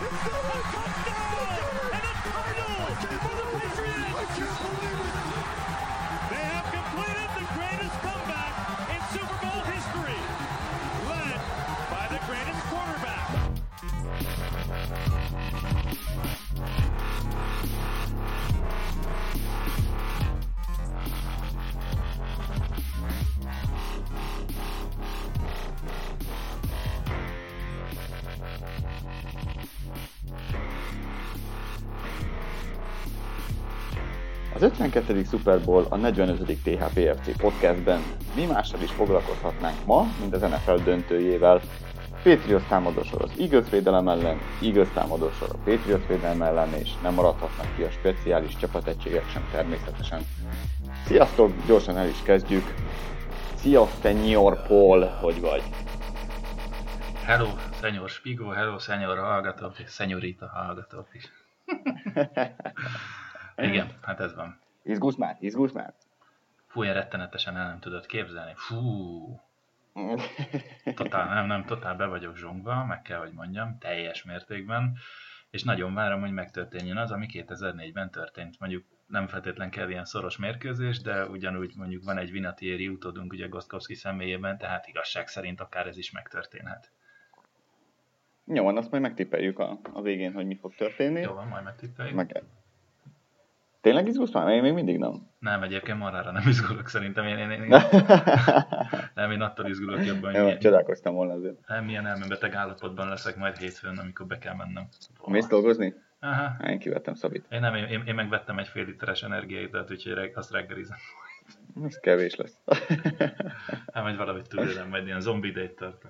They have completed the greatest comeback in Super Bowl history, led by the greatest quarterback. Az 52. Super Bowl a 45. THPFC podcastben mi mással is foglalkozhatnánk ma, mint az NFL döntőjével. Patriots támadósor az Eagles védelem ellen, Eagles támadósor a Patriots védelem ellen, és nem maradhatnak ki a speciális csapategységek sem természetesen. Sziasztok, gyorsan el is kezdjük. Szia, Senior Paul, hogy vagy? Hello, Senior Spigo, hello, Senior hallgatók, és Seniorita hallgatók is. Igen, hát ez van. Izgulsz már? Fú, én rettenetesen el nem tudod képzelni. Fú. Totál be vagyok zsongva, meg kell, hogy mondjam, teljes mértékben. És nagyon várom, hogy megtörténjen az, ami 2004-ben történt. Mondjuk nem feltétlen kell ilyen szoros mérkőzés, de ugyanúgy mondjuk van egy Vinatieri utódunk ugye Gostkowski személyében, tehát igazság szerint akár ez is megtörténhet. Jó van, azt majd megtippeljük a végén, hogy mi fog történni. Jó van, majd megtippeljük. Tényleg izgulsz már? Én még mindig nem. Nem, egyébként marhára nem izgulok szerintem. Én attól izgulok jobban, hogy csodálkoztam volna azért. Milyen elmebeteg állapotban leszek majd hétfőn, amikor be kell mennem. Mész dolgozni? Aha. Én kivettem Szabit. Én megvettem egy fél literes energiaitalt, úgyhogy azt reggelizem. Ez kevés lesz. Hát majd valahogy tudod, majd ilyen zombie date tartok.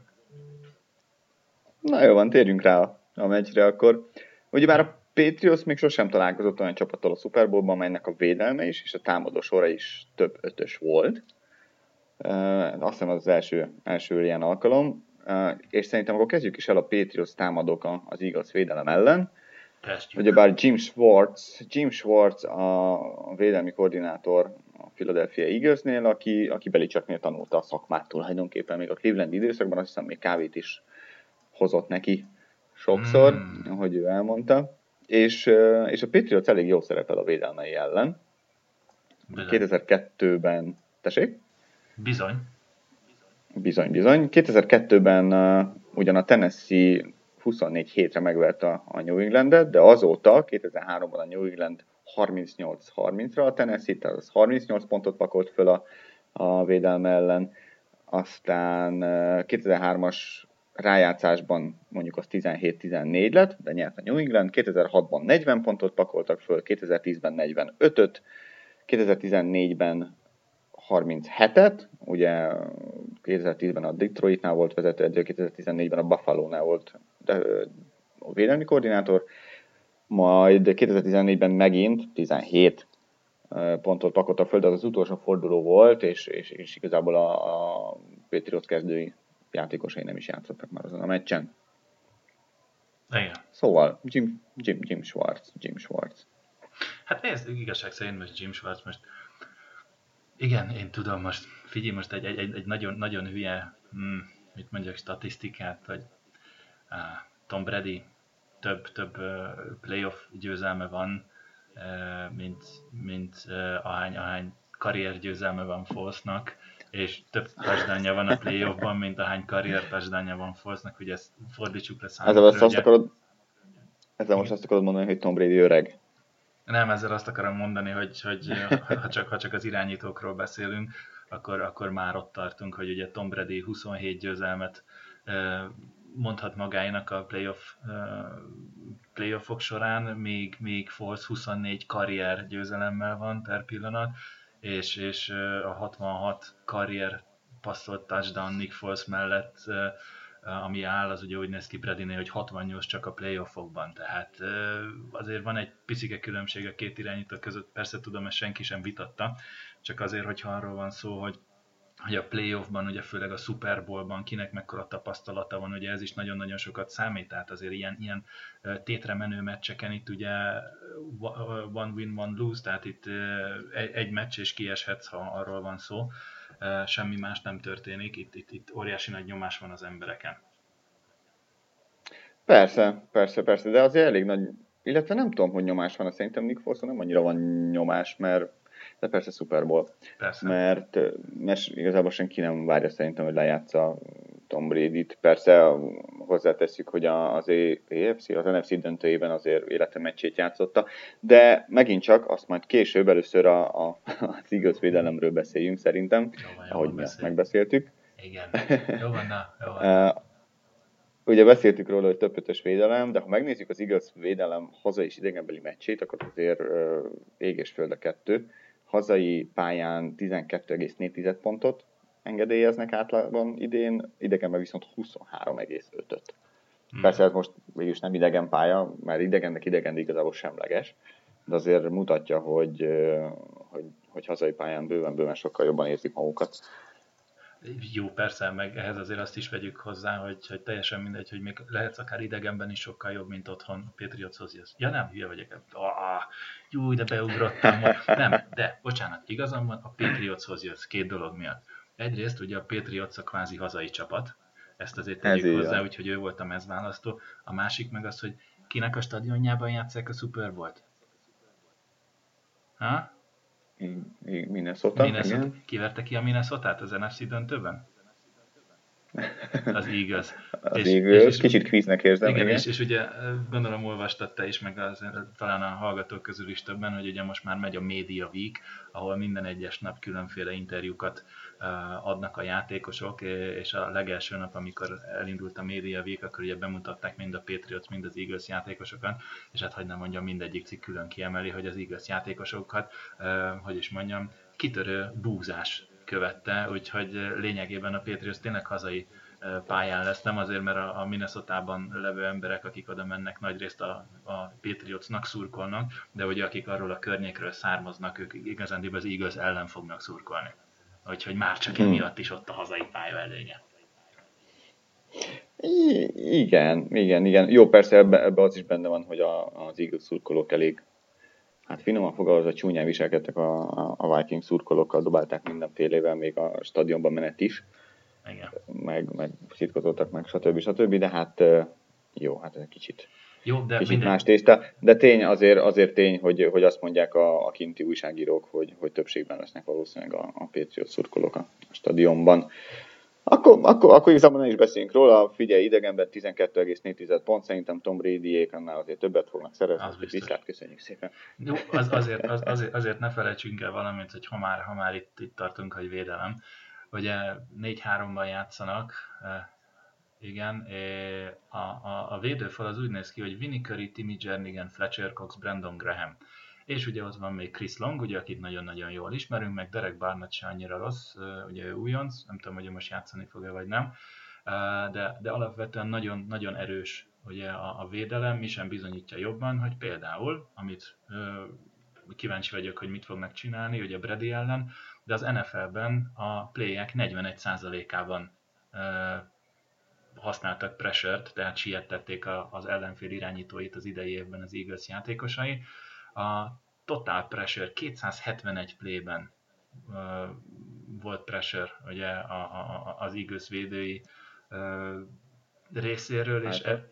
Na jó van, térjünk rá a meccsre akkor. Ugyebár a Patriots még sosem találkozott olyan csapattal a Super Bowlban, amelynek a védelme is, és a támadó sora is több ötös volt. Azt hiszem az első ilyen alkalom. És szerintem akkor kezdjük is el a Patriots támadók az Eagles védelem ellen. Ugyebár Jim Schwartz a védelmi koordinátor a Philadelphia Eaglesnél, aki Belichicknél tanulta a szakmát tulajdonképpen, még a Cleveland időszakban, azt hiszem még kávét is hozott neki sokszor, ahogy ő elmondta. És a Patriots elég jól szerepel a védelmei ellen. 2002-ben... Tessék? Bizony. 2002-ben ugyan a Tennessee 24 hétre megverte a New Englandet, de azóta, 2003-ban a New England 38-30-ra a Tennessee, tehát az 38 pontot pakolt föl a védelme ellen. Aztán 2003-as rájátszásban mondjuk az 17-14 lett, de nyert a New England, 2006-ban 40 pontot pakoltak föl, 2010-ben 45-öt, 2014-ben 37-et, ugye 2010-ben a Detroitnál volt vezetőedző, 2014-ben a Buffalo-nál volt a védelmi koordinátor, majd 2014-ben megint 17 pontot pakoltak föl, de az utolsó forduló volt, és igazából a Patriots kezdői játékosai nem is játszottak már azon a meccsen. Igen. Szóval Jim Schwartz. Hát ez igazság szerint most Jim Schwartz most... Igen, én tudom most, figyelj most egy nagyon, nagyon hülye, mit mondjak, statisztikát, hogy Tom Brady több playoff győzelme van, mint ahány karriergyőzelme van Folesnak, és több touchdownja van a playoffban, mint ahány karrier touchdownja van Folesnak, hogy ezt fordítsuk le számokra. Ezzel most azt akarod mondani, hogy Tom Brady öreg? Nem, ezzel azt akarom mondani, hogy ha csak az irányítókról beszélünk, akkor már ott tartunk, hogy ugye Tom Brady 27 győzelmet mondhat magának a playoffok során, még Foles 24 karrier győzelemmel van per pillanat, és a 66 karrier passzolt touchdown Nick Foles mellett, ami áll, az ugye úgy néz ki Bradynél, hogy 68 csak a playoffokban, tehát azért van egy picike különbség a két irányító között, persze tudom, ezt senki sem vitatta, csak azért, hogyha arról van szó, hogy a playoffban, ugye főleg a Super Bowlban kinek mekkora tapasztalata van, ugye ez is nagyon-nagyon sokat számít, tehát azért ilyen tétre menő meccseken itt ugye one win, one lose, tehát itt egy meccs és kieshetsz, ha arról van szó, semmi más nem történik, itt óriási nagy nyomás van az embereken. Persze, de azért elég nagy, illetve nem tudom, hogy nyomás van, szerintem Nick Foles-on nem annyira van nyomás, de persze Super Bowl. Persze. Mert igazából senki nem várja szerintem, hogy lejátsza Tom Brady-t. Persze hozzáteszük, hogy az AFC, az NFC döntőjében azért élete meccsét játszotta, de megint csak azt majd később először az Eagles védelemről beszéljünk szerintem, ahogy mi ezt megbeszéltük. Igen, jó van. Ugye beszéltük róla, hogy több ötös védelem, de ha megnézzük az Eagles védelem hazai és idegenbeli meccsét, akkor azért ég és föld a kettő. Hazai pályán 12,4 pontot engedélyeznek átlagban idén, idegenben viszont 23,5-öt. Persze ez most mégis nem idegen pálya, mert idegennek idegen igazából semleges, de azért mutatja, hogy hazai pályán bőven sokkal jobban érzik magukat. Jó, persze, meg ehhez azért azt is vegyük hozzá, hogy teljesen mindegy, hogy még lehetsz akár idegenben is sokkal jobb, mint otthon a Patriotshoz jössz. Ja nem, hülye vagyok. Jó, de beugrottam. Nem, de bocsánat, igazam van, a Patriotshoz jössz két dolog miatt. Egyrészt ugye a Patriots a kvázi hazai csapat, ezt azért tegyük hozzá, úgyhogy ő volt a mezválasztó. A másik meg az, hogy kinek a stadionjában játsszák a Super Bowl-t? Ha? Minnesota. Kiverte ki a Minnesotát az NFC döntőben? Az Eagles. És kicsit kvíznek érzem. Igen, és ugye gondolom olvastad te is, meg talán a hallgatók közül is többen, hogy ugye most már megy a Media Week, ahol minden egyes nap különféle interjúkat adnak a játékosok, és a legelső nap, amikor elindult a Media Week, akkor ugye bemutatták mind a Patriots, mind az Eagles játékosokat, és hát hogy nem mondjam, mindegyik cikk külön kiemeli, hogy az Eagles játékosokat, hogy is mondjam, kitörő búzás követte, úgyhogy lényegében a Patriots tényleg hazai pályán lesz, nem azért, mert a Minnesotában levő emberek, akik oda mennek, nagyrészt a Patriotsnak szurkolnak, de ugye akik arról a környékről származnak, ők igazándiból az Eagles ellen fognak szurkolni. Úgyhogy már csak emiatt is ott a hazai pálya előnye. Igen. Jó, persze ebbe az is benne van, hogy az Eagles szurkolók elég, hát finoman fogalmazva csúnyán viselkedtek a Vikings szurkolókkal, dobálták mindenfélevel, még a stadionban menet is. Igen. Meg szitkozottak meg, stb. De hát jó, hát ez egy kicsit más tészta. De tény, azért tény, hogy azt mondják a kinti újságírók, hogy többségben lesznek valószínűleg a Patriots szurkolók a stadionban. Akkor igazából nem is beszéljünk róla. Figyelj, idegenben 12,4 pont, szerintem Tom Bradyék annál azért többet fognak szerezni. Viszlát, köszönjük szépen. Jó, azért ne felejtsünk el valamit, hogy ha már itt tartunk, hogy védelem. Ugye 4-3-ban játszanak, igen, a védőfal az úgy néz ki, hogy Vinnie Curry, Timmy Jernigan, Fletcher Cox, Brandon Graham. És ugye ott van még Chris Long, ugye, akit nagyon-nagyon jól ismerünk, meg Derek Barnett se annyira rossz, ugye ő újonc, nem tudom, hogy most játszani fog-e vagy nem, de alapvetően nagyon, nagyon erős ugye a védelem, mi sem bizonyítja jobban, hogy például, amit kíváncsi vagyok, hogy mit fognak csinálni, ugye Brady ellen, de az NFL-ben a playek 41%-ában használtak pressure-t, tehát siettették az ellenfél irányítóit az idei évben az Eagles játékosai. A total pressure 271 playben volt pressure ugye az Eagles védői részéről,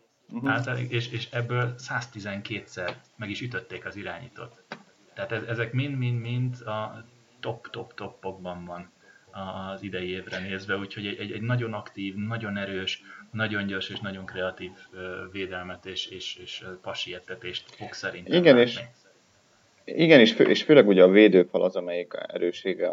és ebből 112-szer meg is ütötték az irányítót. Tehát ezek mind a top-topokban van az idei évre nézve, úgyhogy egy nagyon aktív, nagyon erős, nagyon gyors és nagyon kreatív védelmet és passietetést fog szerintem látni. Igen, és főleg ugye a védőfal az, amelyik erőssége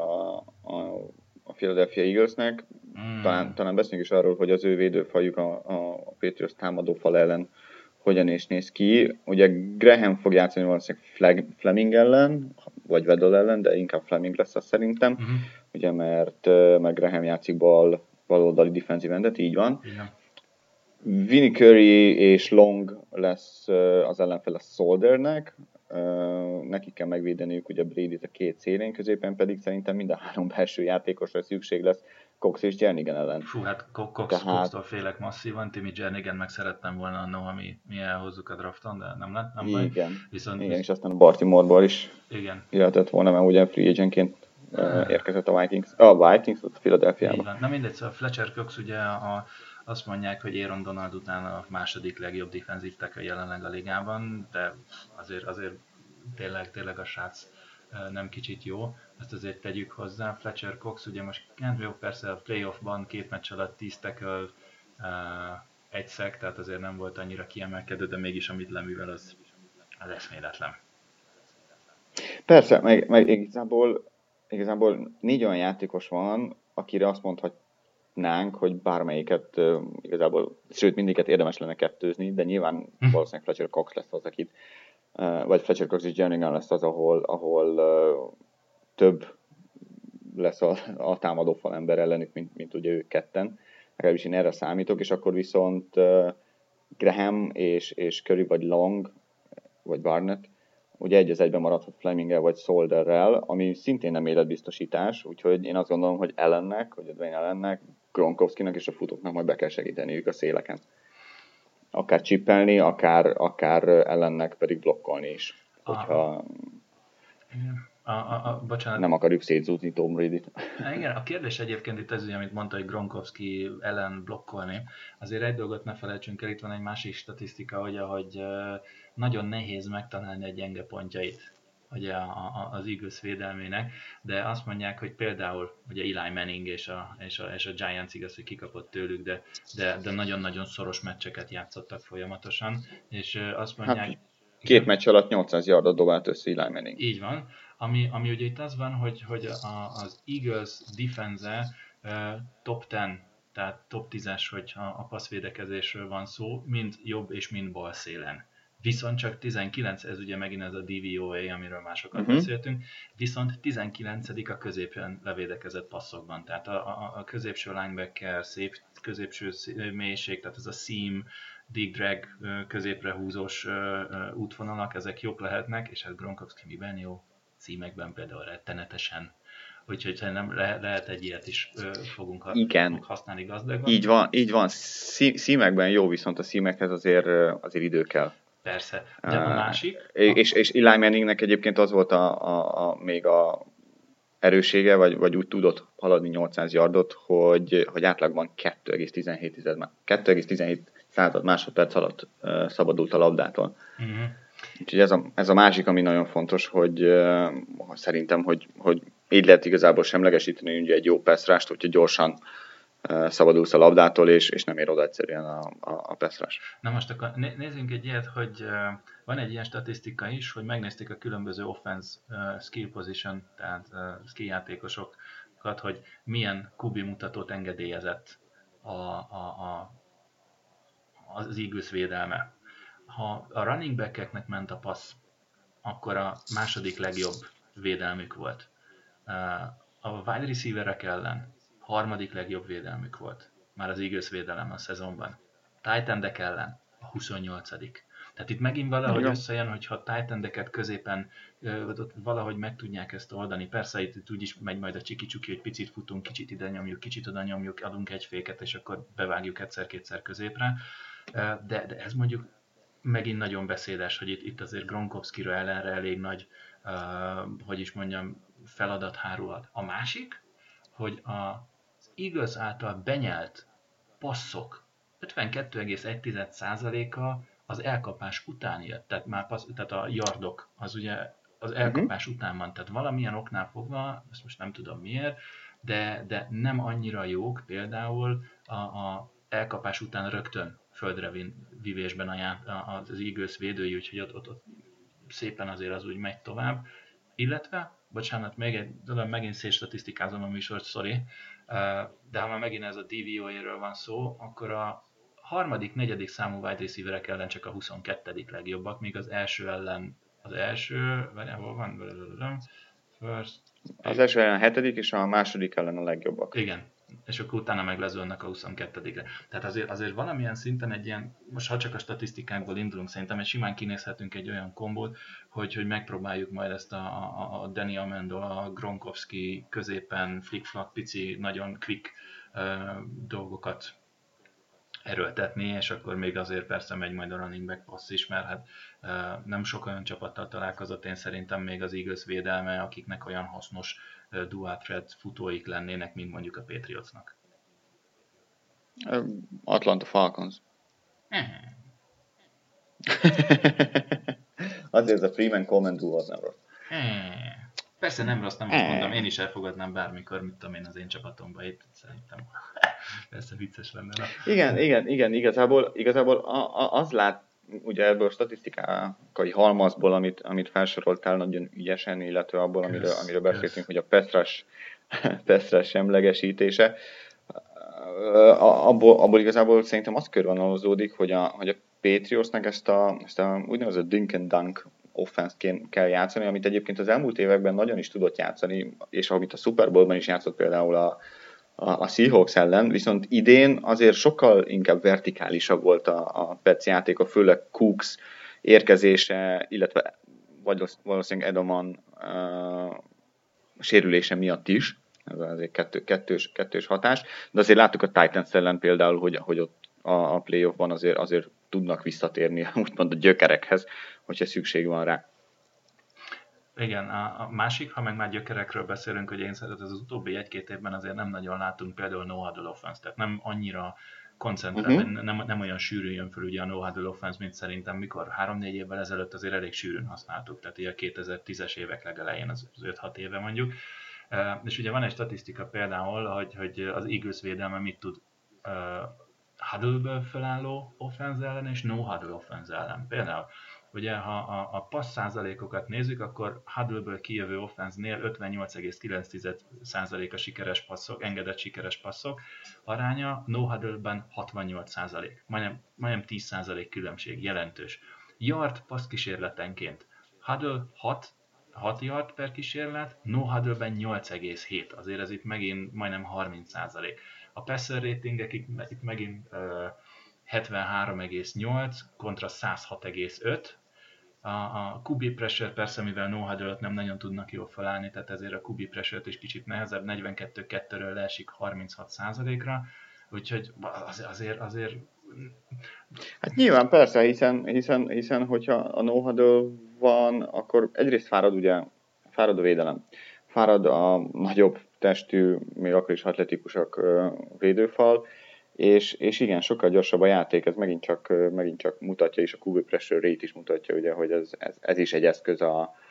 a Philadelphia Eaglesnek. Talán beszéljünk is arról, hogy az ő védőfaljuk a Patriots támadófal ellen hogyan is néz ki. Ugye Graham fog játszani valószínűleg Fleming ellen, vagy Weddle ellen, de inkább Fleming lesz az szerintem. Ugye mert Graham játszik baloldali defensive endet, így van. Igen. Vinnie Curry és Long lesz az ellenfele Soldernek. Nekik kell megvédeniük ugye Bradyt a két szélén, középen pedig szerintem mind a három belső játékosra szükség lesz Cox és Jernigan ellen. Fú, hát Cox-tól félek masszívan, Timmy Jernigan meg szerettem volna annó, mi elhozzuk a drafton, de nem lett, nem baj. Igen, és aztán a Baltimore-ból is jöhetett volna, mert ugye free agentként érkezett a Vikings, a Philadelphia-ba. Na mindegy, szóval Fletcher Cox ugye Azt mondják, hogy Aaron Donald után a második legjobb defensív tackle jelenleg a ligában, de azért tényleg a srác nem kicsit jó, ezt azért tegyük hozzá. Fletcher Cox ugye most jó, persze a playoffban 2 meccs alatt 10 tackle, egy sack, tehát azért nem volt annyira kiemelkedő, de mégis amit leművel, az eszméletlen. Persze, meg igazából 4 olyan játékos van, akire azt mondhatnánk, hogy bármelyiket igazából, sőt mindiket érdemes lenne kettőzni, de nyilván valószínűleg Fletcher Cox lesz az, akit, vagy Fletcher Cox és Jernigan lesz az, ahol több lesz a támadó falember ellenük, mint ugye ők ketten. Legalábbis én erre számítok, és akkor viszont Graham és Curry vagy Long, vagy Barnett, ugye egy az egyben maradhat Fleminggel vagy Solderrel, ami szintén nem életbiztosítás, úgyhogy én azt gondolom, hogy Allennek, vagy Dwayne Allennek, Gronkowskinak és a futóknak majd be kell segíteniük a széleken. Akár csippelni, akár Allennek pedig blokkolni is. Hogyha bocsánat. Nem akarjuk szétzúzni Tom Brady-t. Igen, a kérdés egyébként itt ez, amit mondta, hogy Gronkowski ellen blokkolni. Azért egy dolgot ne felejtsünk el, itt van egy másik statisztika, hogy nagyon nehéz megtalálni a gyenge pontjait ugye az Eagles védelmének, de azt mondják, hogy például ugye Eli Manning és a Giants igaz, hogy kikapott tőlük, de nagyon-nagyon szoros meccseket játszottak folyamatosan, és azt mondják... 2 meccs alatt 800 yardot dobált össze Eli Manning. Így van. Ami ugye itt az van, hogy az Eagles defense top 10, tehát top 10-es, hogy a passzvédekezésről van szó, mind jobb és mind bal szélen. Viszont csak 19, ez ugye megint ez a DVOA, amiről másokat beszéltünk, viszont 19. a középen levédekezett passzokban. Tehát a középső linebacker, szép középső mélység, tehát ez a seam, dig drag középre húzós útvonalak, ezek jobb lehetnek, és hát Gronkowski miben jó? Szímekben például rettenetesen. Úgyhogy nem lehet egy ilyet is fogunk használni gazdagon. Így van. Szímekben jó, viszont a szímekhez azért idő kell. Persze, de a másik... És Eli Manningnek egyébként az volt még a erősége, vagy úgy tudott haladni 800 yardot, hogy átlagban 2,17 másodperc alatt szabadult a labdától. Uh-huh. Úgyhogy ez a másik, ami nagyon fontos, hogy szerintem, hogy így lehet igazából semlegesíteni ugye egy jó pass-rást, hogyha gyorsan szabadulsz a labdától, és nem ér oda egyszerűen a pass-rás. Na most akkor nézzünk egy ilyet, hogy van egy ilyen statisztika is, hogy megnézték a különböző offense skill position, tehát skill játékosokat, hogy milyen QB mutatót engedélyezett az Eagles védelme. Ha a running back-eknek ment a passz, akkor a második legjobb védelmük volt. A wide receiverek ellen harmadik legjobb védelmük volt. Már az Eagles védelem a szezonban. Tight endek ellen a 28. Tehát itt megint valahogy összejön, hogyha a tight endeket középen valahogy meg tudják ezt oldani. Persze itt úgyis megy majd a csiki-csuki, hogy picit futunk, kicsit ide nyomjuk, kicsit oda nyomjuk, adunk egy féket, és akkor bevágjuk egyszer-kétszer középre. De ez mondjuk megint nagyon beszédes, hogy itt azért Gronkowskira ellenre elég nagy, feladat hárulhat. A másik, hogy az Eagles által benyelt passzok 52,1%-a az elkapás után jött, tehát a yardok, az ugye az elkapás után van, tehát valamilyen oknál fogva, ezt most nem tudom miért, de nem annyira jók például a elkapás után rögtön földre vivésben az Eagles védői, úgyhogy ott szépen azért az úgy megy tovább. Illetve, bocsánat, megint szétstatisztikázom a műsort, sorry, de ha már megint ez a DVOA-ről van szó, akkor a harmadik, negyedik számú wide receiverek ellen csak a 22. legjobbak, míg az első ellen az első ellen a 7. és a második ellen a legjobbak. Igen, és akkor utána meg lezőlnek a 22-re. Tehát azért valamilyen szinten egy ilyen, most ha csak a statisztikákból indulunk, szerintem egy simán kinézhetünk egy olyan kombót, hogy megpróbáljuk majd ezt a Danny Amendola, a Gronkowski középen flick-flack, pici, nagyon quick dolgokat erőltetni, és akkor még azért persze megy majd a running back passz is, mert hát nem sok olyan csapattal találkozott, én szerintem még az Eagles védelme, akiknek olyan hasznos dual threat futóik lennének, mint mondjuk a Patriotsnak. Atlanta Falcons. Mhm. Azért ez a Freeman Command az nem rossz. Persze nem rossz, nem azt mondom, én is elfogadnám bármikor, mit tudom én az én csapatomba, itt szerintem persze vicces lenne. Igen, igazából az lát, ugye ebből a statisztikai halmazból, amit felsoroltál nagyon ügyesen, illetve abból, amiről beszéltünk, hogy a Pestrás semlegesítése, abból igazából szerintem az körvonalazódik, hogy a Patriotsnak ezt a úgynevezett dink and dunk offense-t kell játszani, amit egyébként az elmúlt években nagyon is tudott játszani, és amit a Super Bowl-ban is játszott például a Seahawks ellen, viszont idén azért sokkal inkább vertikálisabb volt a Pets játéka, főleg Cooks érkezése, illetve valószínűleg Edelman sérülése miatt is, ez azért kettős hatás, de azért láttuk a Titans ellen például, hogy ott a playoffban azért tudnak visszatérni úgymond a gyökerekhez, hogyha szükség van rá. Igen, a másik, ha meg már gyökerekről beszélünk, hogy én szerintem az utóbbi 1-2 évben azért nem nagyon látunk például no-huddle offense, tehát nem annyira koncentrál, nem olyan sűrűn jön föl ugye a no-huddle offense, mint szerintem mikor 3-4 évvel ezelőtt azért elég sűrűn használtuk, tehát így a 2010-es évek legelején, az 5-6 éve mondjuk. És ugye van egy statisztika például, hogy az Eagles védelme mit tud huddle-ből felálló offense ellen és no-huddle offense ellen. Például ugye, ha a passz százalékokat nézzük, akkor huddle-ből kijövő offense-nél 58,9% a sikeres passzok, engedett sikeres passzok aránya, no-huddle-ben 68%. Majdnem 10% különbség, jelentős. Yard passzkísérletenként. Huddle 6 yard per kísérlet, no-huddle-ben 8,7. Azért ez itt megint majdnem 30%. A passer ratingek itt megint 73,8 kontra 106,5. A QB pressure persze, mivel no-huddle-t nem nagyon tudnak jól felállni, tehát ezért a QB pressure-t is kicsit nehezebb, 42-2-ről leesik 36%-ra, úgyhogy azért... Hát nyilván persze, hiszen hogyha a no-huddle van, akkor egyrészt fárad a védelem, fárad a nagyobb testű, még akkor is atletikusak védőfal, és igen, sokkal gyorsabb a játék, ez megint csak mutatja, és a QB pressure rate is mutatja, ugye, hogy ez is egy eszköz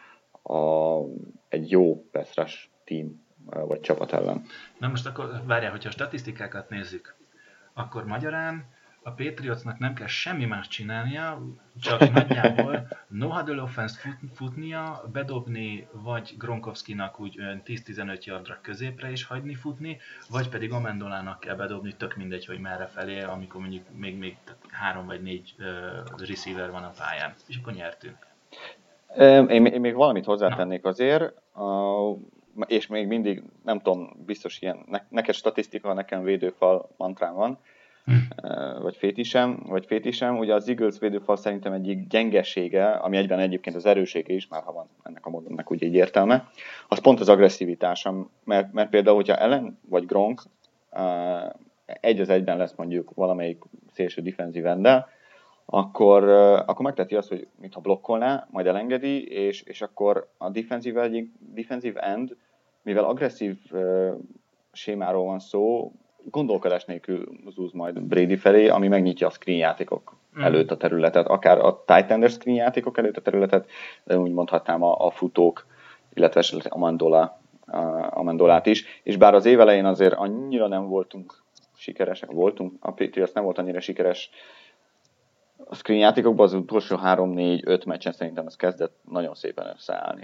egy jó pass rush team vagy csapat ellen. Na most akkor várjál, hogyha a statisztikákat nézzük, akkor magyarán a Patriotsnak nem kell semmi más csinálnia, csak nagyjából no-huddle offense futnia, bedobni, vagy Gronkowskinak úgy 10-15 yardra középre is hagyni futni, vagy pedig Amendolának kell bedobni, tök mindegy, hogy merre felé, amikor mondjuk még 3 vagy 4 receiver van a pályán. És akkor nyertünk. Én még valamit hozzátennék azért, és még mindig, nem tudom, biztos ilyen, neked statisztika, nekem védőfal mantrám van, vagy fétisem. Ugye az Eagles védőfal szerintem egyik gyengesége, ami egyben egyébként az erősége is, már ha van ennek a modonnak úgy egy értelme, az pont az agresszivitása, mert például, hogyha Allen vagy Gronk egy az egyben lesz mondjuk valamelyik szélső defensive enddel, akkor megteti azt, hogy mintha blokkolná, majd elengedi, és akkor a defensive end, mivel agresszív sémáról van szó, gondolkodás nélkül zúz majd Brady felé, ami megnyitja a screen játékok előtt a területet, akár a tight end screen játékok előtt a területet, de úgy mondhatnám a futók, illetve Amendolát is, és bár az év elején azért annyira nem voltunk sikeresek, a Patriots nem volt annyira sikeres a screen játékokban, az utolsó 3-4-5 meccsen szerintem ez kezdett nagyon szépen összeállni.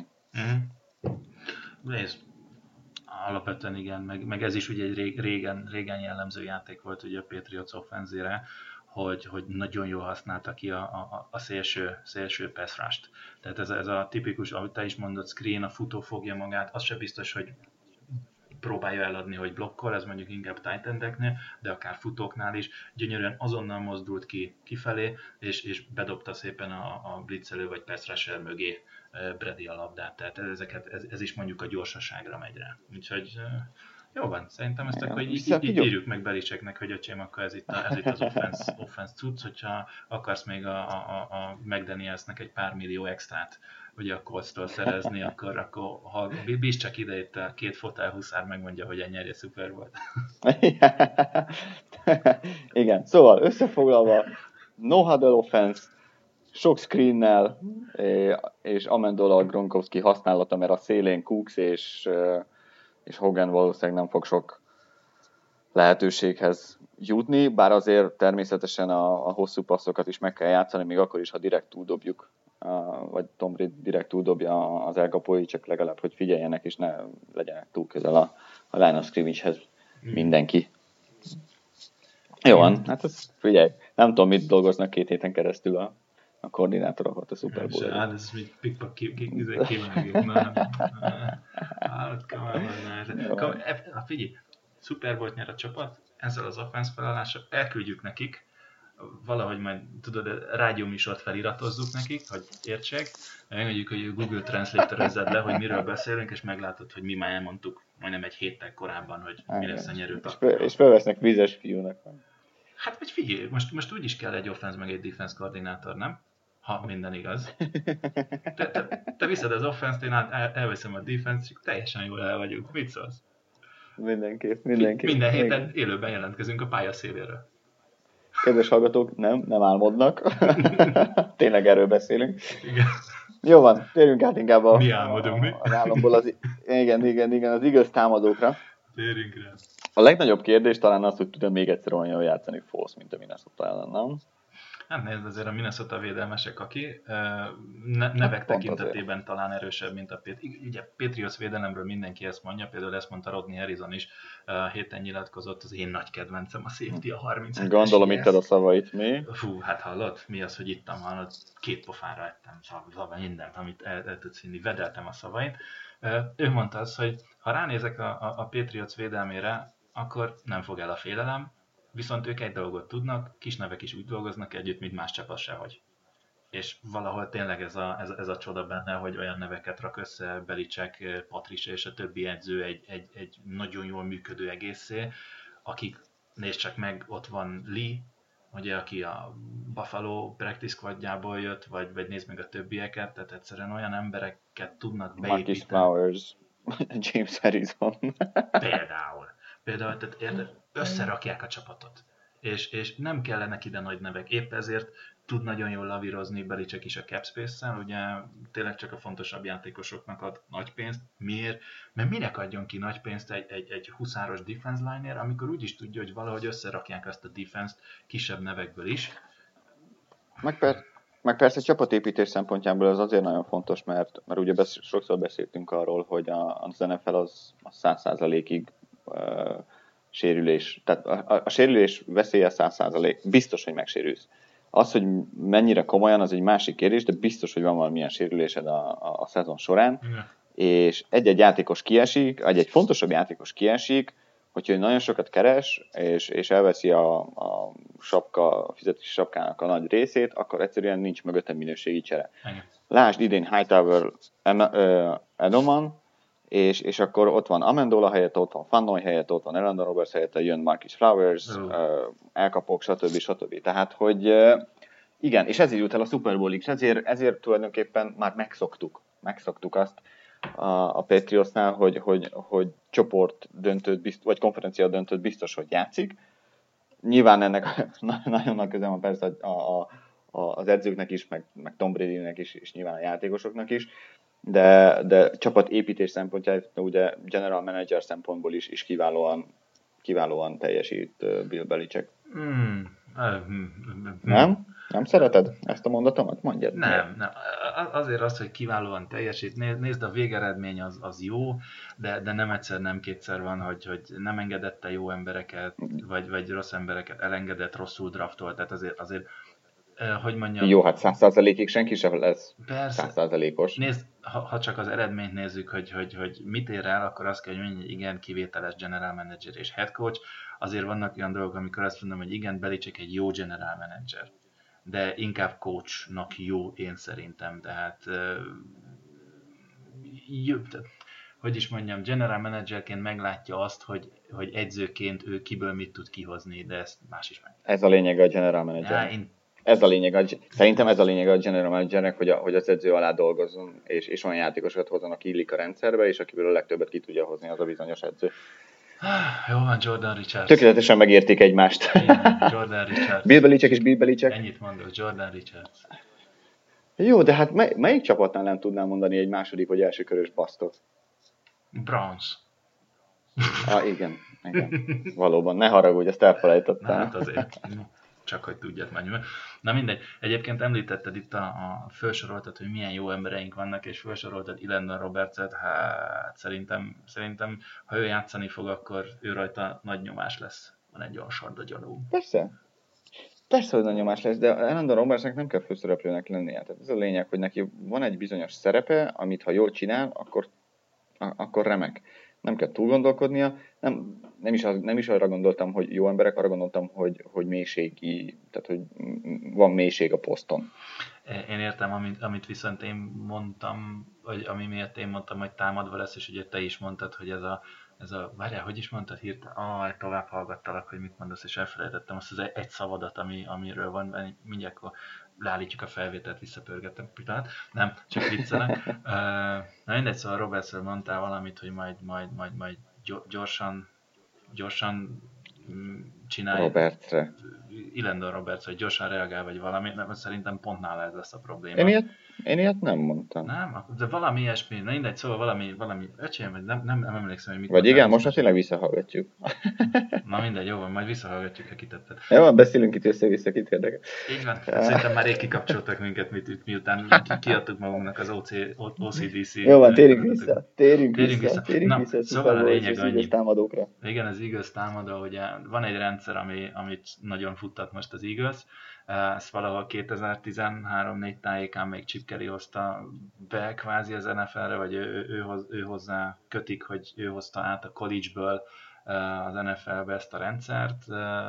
Nézd, alapvetően igen, meg ez is ugye egy régen jellemző játék volt ugye a Patriots offenzére, hogy nagyon jól használta ki a szélső pass rush-t. Tehát ez a tipikus, ahogy te is mondod, screen, a futó fogja magát, az sem biztos, hogy próbálja eladni, hogy blokkol, ez mondjuk inkább tight endeknél, de akár futóknál is gyönyörűen azonnal mozdult kifelé, és bedobta szépen a blitzelő vagy pass rusher mögé Brady a labdát, tehát ez is mondjuk a gyorsaságra megy rá. Úgyhogy Jó van, szerintem ezt akkor Igen. így írjuk meg Belichicknek, hogy öcsém, akkor ez itt az offense cucc, hogyha akarsz még a McDanielsnek egy pár millió extrát, ugye a Colts-tól szerezni, akkor bízd csak ide, itt a két fotelhuszár megmondja, hogy elnyerje Super Bowl-t. Igen, szóval összefoglalva, no huddle offense, sok screennel, és Amendola Gronkowski használata, mert a szélén Cooks és Hogan valószínűleg nem fog sok lehetőséghez jutni, bár azért természetesen a hosszú passzokat is meg kell játszani, még akkor is, ha direkt túldobjuk, vagy Tom Brady direkt túldobja az elkapói, csak legalább, hogy figyeljenek, és ne legyenek túl közel a line of scrimmage-hez mindenki. Jó van, hát ez figyelj, nem tudom, mit dolgoznak 2 héten keresztül a koordinátorok ott a Super Bowl-ra. Hát ez így pikpak kivágjuk. Hát figyelj, Super Bowl-t nyer a csapat, ezzel az offense felállással elküldjük nekik, valahogy majd, tudod, rádióműsort feliratozzuk nekik, hogy értsék, megmondjuk, hogy Google Translator-özzed le, hogy miről beszélünk, és meglátod, hogy mi már elmondtuk majdnem egy héttel korábban, hogy mi lesz a nyerő. És felvesznek vizes fiúnak. Hát vagy figyelj, most úgy is kell egy offense meg egy defense koordinátor, nem? Ha minden igaz. Te viszed az offense-t, én elveszem a defense-t, csak teljesen jól el vagyunk. Mit szólsz? Mindenképp. Minden héten élőben jelentkezünk a pálya széléről. Kedves hallgatók, nem álmodnak. Tényleg erről beszélünk. Igen. Jó van, térjünk át inkább mi álmodunk, mi? az álomból igen, az igaz támadókra. Térjünk rá. A legnagyobb kérdés talán az, hogy tud még egyszer olyan jól játszani Foles, mint a Minnesota ellen, nem? Hát nézd, azért a Minnesota védelmesek, aki nevek tekintetében talán erősebb, mint a ugye Patriots védelemről mindenki ezt mondja, például ezt mondta Rodney Harrison is, héten nyilatkozott, az én nagy kedvencem a safety a 37-es. Gondolom itted a szavait, mi? Fú, hát hallod? Mi az, hogy ittam, hallod? 2 pofára ettem szava mindent, amit el tudsz hinni, vedeltem a szavait. Ő mondta azt, hogy ha ránézek a Patriots védelmére, akkor nem fog el a félelem, viszont ők egy dolgot tudnak, kis nevek is úgy dolgoznak együtt, mint más csapat sehogy. És valahol tényleg ez a csoda benne, hogy olyan neveket rak össze Belichick, Patricia és a többi edző egy nagyon jól működő egészé, akik, nézd csak meg, ott van Lee, ugye, aki a Buffalo practice squadjából jött, vagy nézd meg a többieket, tehát egyszerűen olyan embereket tudnak beépíteni. Marcus Flowers, James Harrison. Például tehát összerakják a csapatot. És nem kellenek ide nagy nevek. Épp ezért tud nagyon jól lavírozni Belichick is a cap space-szel, ugye tényleg csak a fontosabb játékosoknak ad nagy pénzt. Miért? Mert minek adjon ki nagy pénzt egy huszáros defense line-ért, amikor úgyis tudja, hogy valahogy összerakják azt a defense-t kisebb nevekből is. Meg persze csapatépítés szempontjából ez azért nagyon fontos, mert ugye sokszor beszéltünk arról, hogy az NFL az 100%-ig sérülés. Tehát a sérülés veszélye 100%. Biztos, hogy megsérülsz. Az, hogy mennyire komolyan, az egy másik kérdés, de biztos, hogy van valamilyen sérülésed a szezon során. Igen. És egy-egy játékos kiesik, egy fontosabb játékos kiesik, hogyha ő nagyon sokat keres, és elveszi a fizetési sapkának a nagy részét, akkor egyszerűen nincs mögötte minőségi csere. Igen. Lásd idén Hightower, Edelman, és akkor ott van Amendola helyett, ott van Fannoy helyett, ott van Elandon Roberts helyett, jön Marcus Flowers, elkapok, stb. Tehát, hogy igen, és ezért jut el a Super Bowl-ig, és ezért tulajdonképpen már megszoktuk azt a Patriotsnál, hogy csoport döntőt, vagy konferencia döntőt biztos, hogy játszik. Nyilván ennek nagyon nagy köze van persze az edzőknek is, meg Tom Bradynek is, és nyilván a játékosoknak is, de csapatépítés szempontjából, ugye general manager szempontból is kiválóan teljesít Bill Belichick. Nem? Nem szereted ezt a mondatomat? Mondjad. Nem. Azért az, hogy kiválóan teljesít, nézd, a végeredmény az jó, de nem egyszer, nem kétszer van, hogy nem engedette jó embereket, vagy rossz embereket elengedett, rosszul draftolt, tehát azért hogy mondjam... Jó, hát 100%-ig senki sem lesz 100%-os. Nézd, ha csak az eredményt nézzük, hogy mit ér el, akkor azt kell, hogy mondjuk, igen, kivételes general manager és head coach. Azért vannak olyan dolgok, amikor azt mondom, hogy igen, Belichick egy jó general manager, de inkább coachnak jó, én szerintem. Tehát hogy is mondjam, general managerként meglátja azt, hogy edzőként ő kiből mit tud kihozni, de ezt más is meg. Ez a lényeg a general manager. Ja, Szerintem ez a lényeg a general managernek, hogy az edző alá dolgozzon, és olyan játékosokat hozzon, aki illik a rendszerbe, és akiből a legtöbbet ki tudja hozni az a bizonyos edző. Jó van, Jordan Richards. Tökéletesen megérték egymást. Igen, Jordan Richards. Bill Belichick és Bill Belichick. Ennyit mondok, Jordan Richards. Jó, de hát melyik csapatnál nem tudnám mondani egy második vagy első körös basztot? Browns. Igen. Valóban, ne haragudj, ezt elfelejtettem. Hát azért, csak hogy tudjad meg. Na mindegy, egyébként említetted itt a felsoroltat, hogy milyen jó embereink vannak, és felsoroltad Elandon Robertset, hát szerintem, ha ő játszani fog, akkor ő rajta nagy nyomás lesz. Van egy olyan sorda gyanú. Persze, hogy nagy nyomás lesz, de Elandon Robertsnek nem kell főszereplőnek lennie. Tehát ez a lényeg, hogy neki van egy bizonyos szerepe, amit ha jól csinál, akkor remek. Nem kell túl gondolkodnia. Nem is arra gondoltam, hogy jó emberek, arra gondoltam, hogy mélységi, tehát hogy van mélység a poszton. Én értem, amit viszont én mondtam, vagy ami miatt én mondtam, hogy támadva lesz, és ugye te is mondtad, hogy ez a várjál, hogy is mondtad hirtelen? Tovább hallgattalak, hogy mit mondasz, és elfelejtettem azt az egy szavadat, amiről van, mindjárt akkor leállítjuk a felvételt, visszapörgettem pillanat. Nem, csak viccelek. Na mindegy, szóval Robertsről mondtál valamit, hogy majd gyorsan csinálj. Robertsre. Elandon Roberts, hogy gyorsan reagál, vagy valami, mert szerintem pont nála ez lesz a probléma. Én ilyet nem mondtam. Nem, de valami ilyesmi, na mindegy, szóval valami öcsém, vagy nem emlékszem, hogy mit vagy igen, most tényleg visszahallgatjuk. Na mindegy, jó van, majd visszahallgatjuk, ha kitetted. Jó van, beszélünk itt össze-vissza, kit érdekel. Így van, szerintem már rég kikapcsoltak minket, miután kiadtuk magunknak az OCDC. Jó van, térjünk vissza. Szóval a lényeg annyi. Támadókra. Igen, az Eagles támadó, ugye van egy rendszer, amit nagyon futtat most az Eagles. Ezt valahol 2013-4 tájékán még Chip Kelly hozta be kvázi az NFL-re, vagy ő hozzá kötik, hogy ő hozta át a college-ből az NFL-be ezt a rendszert.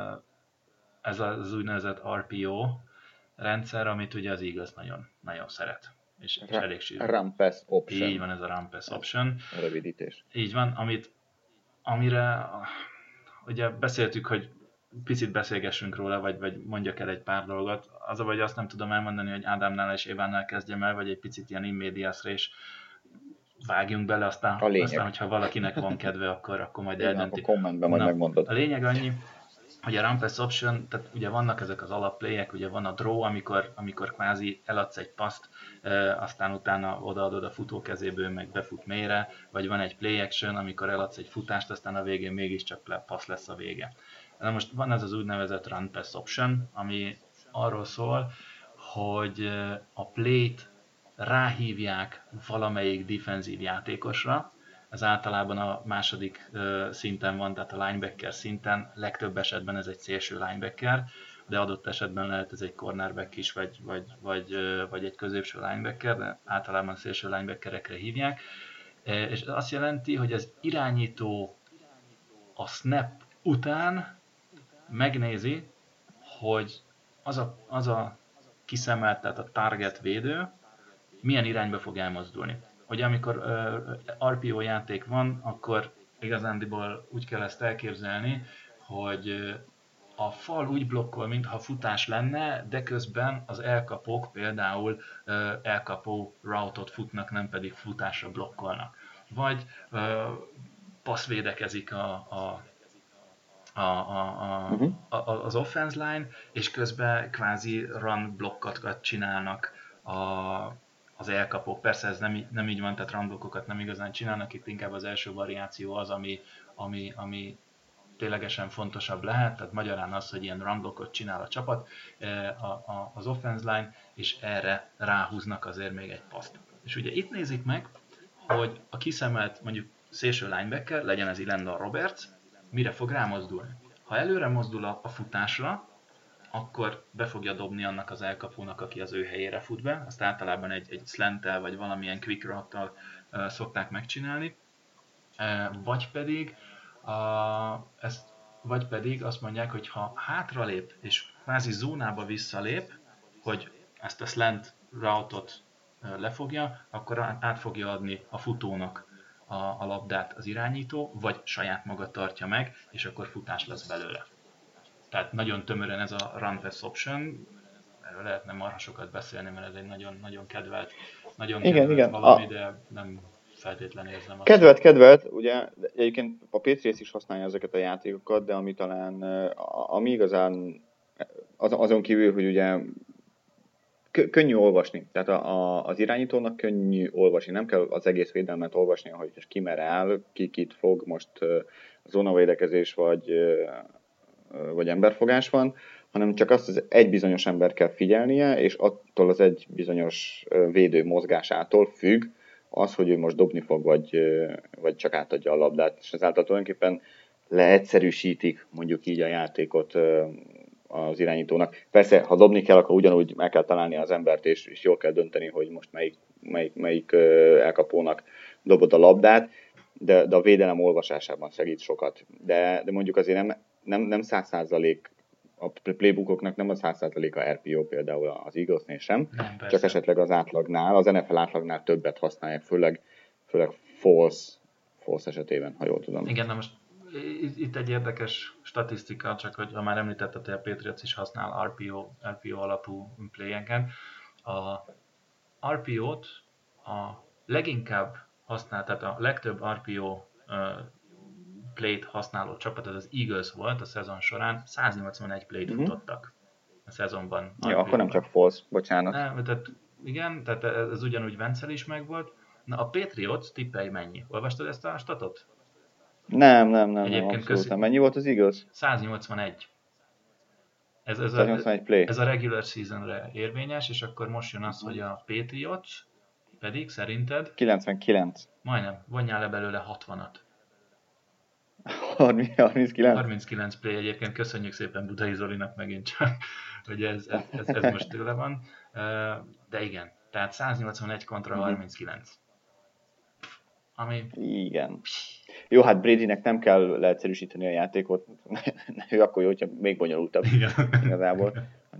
Ez az úgynevezett RPO rendszer, amit ugye az Eagles nagyon, nagyon szeret. És elég sűrű. Run Pass Option. Így van, ez a Run Pass Option. A rövidítés. Így van, amire ugye beszéltük, hogy picit beszélgessünk róla, vagy mondjak el egy pár dolgot. Az a vagy azt nem tudom elmondani, hogy Ádámnál és Évánál kezdjem el, vagy egy picit ilyen in mediasre, és vágjunk bele, aztán hogyha valakinek van kedve, akkor majd eldönti. A kommentben majd megmondod. A lényeg annyi, hogy a Run Pass Option, tehát ugye vannak ezek az alapplayek, ugye van a draw, amikor kvázi eladsz egy paszt, aztán utána odaadod a futó kezéből, meg befut mélyre, vagy van egy play action, amikor eladsz egy futást, aztán a végén mégiscsak passz lesz a vége. Na most van ez az úgynevezett Run Pass Option, ami arról szól, hogy a play-t ráhívják valamelyik defenzív játékosra, ez általában a második szinten van, tehát a linebacker szinten, legtöbb esetben ez egy szélső linebacker, de adott esetben lehet ez egy cornerback is, vagy egy középső linebacker, de általában szélső linebackerekre hívják. És azt jelenti, hogy az irányító a snap után megnézi, hogy az a kiszemelt, tehát a target védő milyen irányba fog elmozdulni. Hogy amikor RPO játék van, akkor igazándiból úgy kell ezt elképzelni, hogy a fal úgy blokkol, mintha futás lenne, de közben az elkapók például elkapó route-ot futnak, nem pedig futásra blokkolnak. Vagy passzvédekezik az offense line, és közben kvázi run blokkokat csinálnak az elkapók. Persze ez nem így van, tehát run blokkokat nem igazán csinálnak, itt inkább az első variáció az, ami ténylegesen fontosabb lehet, tehát magyarán az, hogy ilyen run blokkot csinál a csapat, az offense line, és erre ráhúznak azért még egy paszt. És ugye itt nézik meg, hogy a kiszemelt mondjuk szélső linebacker, legyen ez Elandon Roberts, mire fog rámozdulni. Ha előre mozdul a futásra, akkor be fogja dobni annak az elkapónak, aki az ő helyére fut be. Azt általában egy slanttel vagy valamilyen quick route-tal szokták megcsinálni. Vagy pedig azt mondják, hogy ha hátralép és kvázi zónába visszalép, hogy ezt a slant route-ot lefogja, akkor át fogja adni a futónak a labdát az irányító, vagy saját maga tartja meg, és akkor futás lesz belőle. Tehát nagyon tömören ez a run pass option, erről lehetne marha sokat beszélni, mert ez egy nagyon kedvelt, Igen. valami, de nem feltétlenül érzem azt. Kedvelt, ugye egyébként a Patriots is használja ezeket a játékokat, de ami talán, ami igazán azon kívül, hogy ugye könnyű olvasni, tehát az irányítónak könnyű olvasni, nem kell az egész védelmet olvasni, hogy most ki merre áll, ki kit fog, most zónavédekezés vagy emberfogás van, hanem csak azt az egy bizonyos ember kell figyelnie, és attól az egy bizonyos védő mozgásától függ az, hogy ő most dobni fog, vagy csak átadja a labdát, és ezáltal tulajdonképpen leegyszerűsítik mondjuk így a játékot az irányítónak. Persze, ha dobni kell, akkor ugyanúgy meg kell találni az embert, és jól kell dönteni, hogy most melyik elkapónak dobod a labdát, de a védelem olvasásában segít sokat. De mondjuk azért nem 100%, a playbookoknak nem a 100% a RPO például az Eaglesnél sem, nem, csak esetleg az átlagnál, az NFL átlagnál többet használják, főleg false esetében, ha jól tudom. Igen, na most itt egy érdekes statisztika, csak hogy ha már említetted, hogy a Patriots is használ RPO alapú playeket. A RPO-t a leginkább használ, tehát a legtöbb RPO play-t használó csapat, az Eagles volt a szezon során, 181 play-t futottak a szezonban. Ja, akkor nem csak false, bocsánat. Nem, tehát ez ugyanúgy Wenzel is megvolt. Na a Patriots tippelj mennyi? Olvastad ezt a statot? Nem, abszolút nem. Mennyi volt az Eagles? 181. 181 play. Ez a regular seasonre érvényes, és akkor most jön az, hogy a Patriots pedig szerinted 99. Majdnem, vonjál le belőle 60-at. 39? 39 play egyébként, köszönjük szépen Budai Zolinak megint csak, hogy ez most tőle van. De igen, tehát 181 kontra 39. Ami... Igen. Jó, hát Bradynek nem kell leegyszerűsíteni a játékot, ő akkor jó, hogyha még bonyolultabb igazából.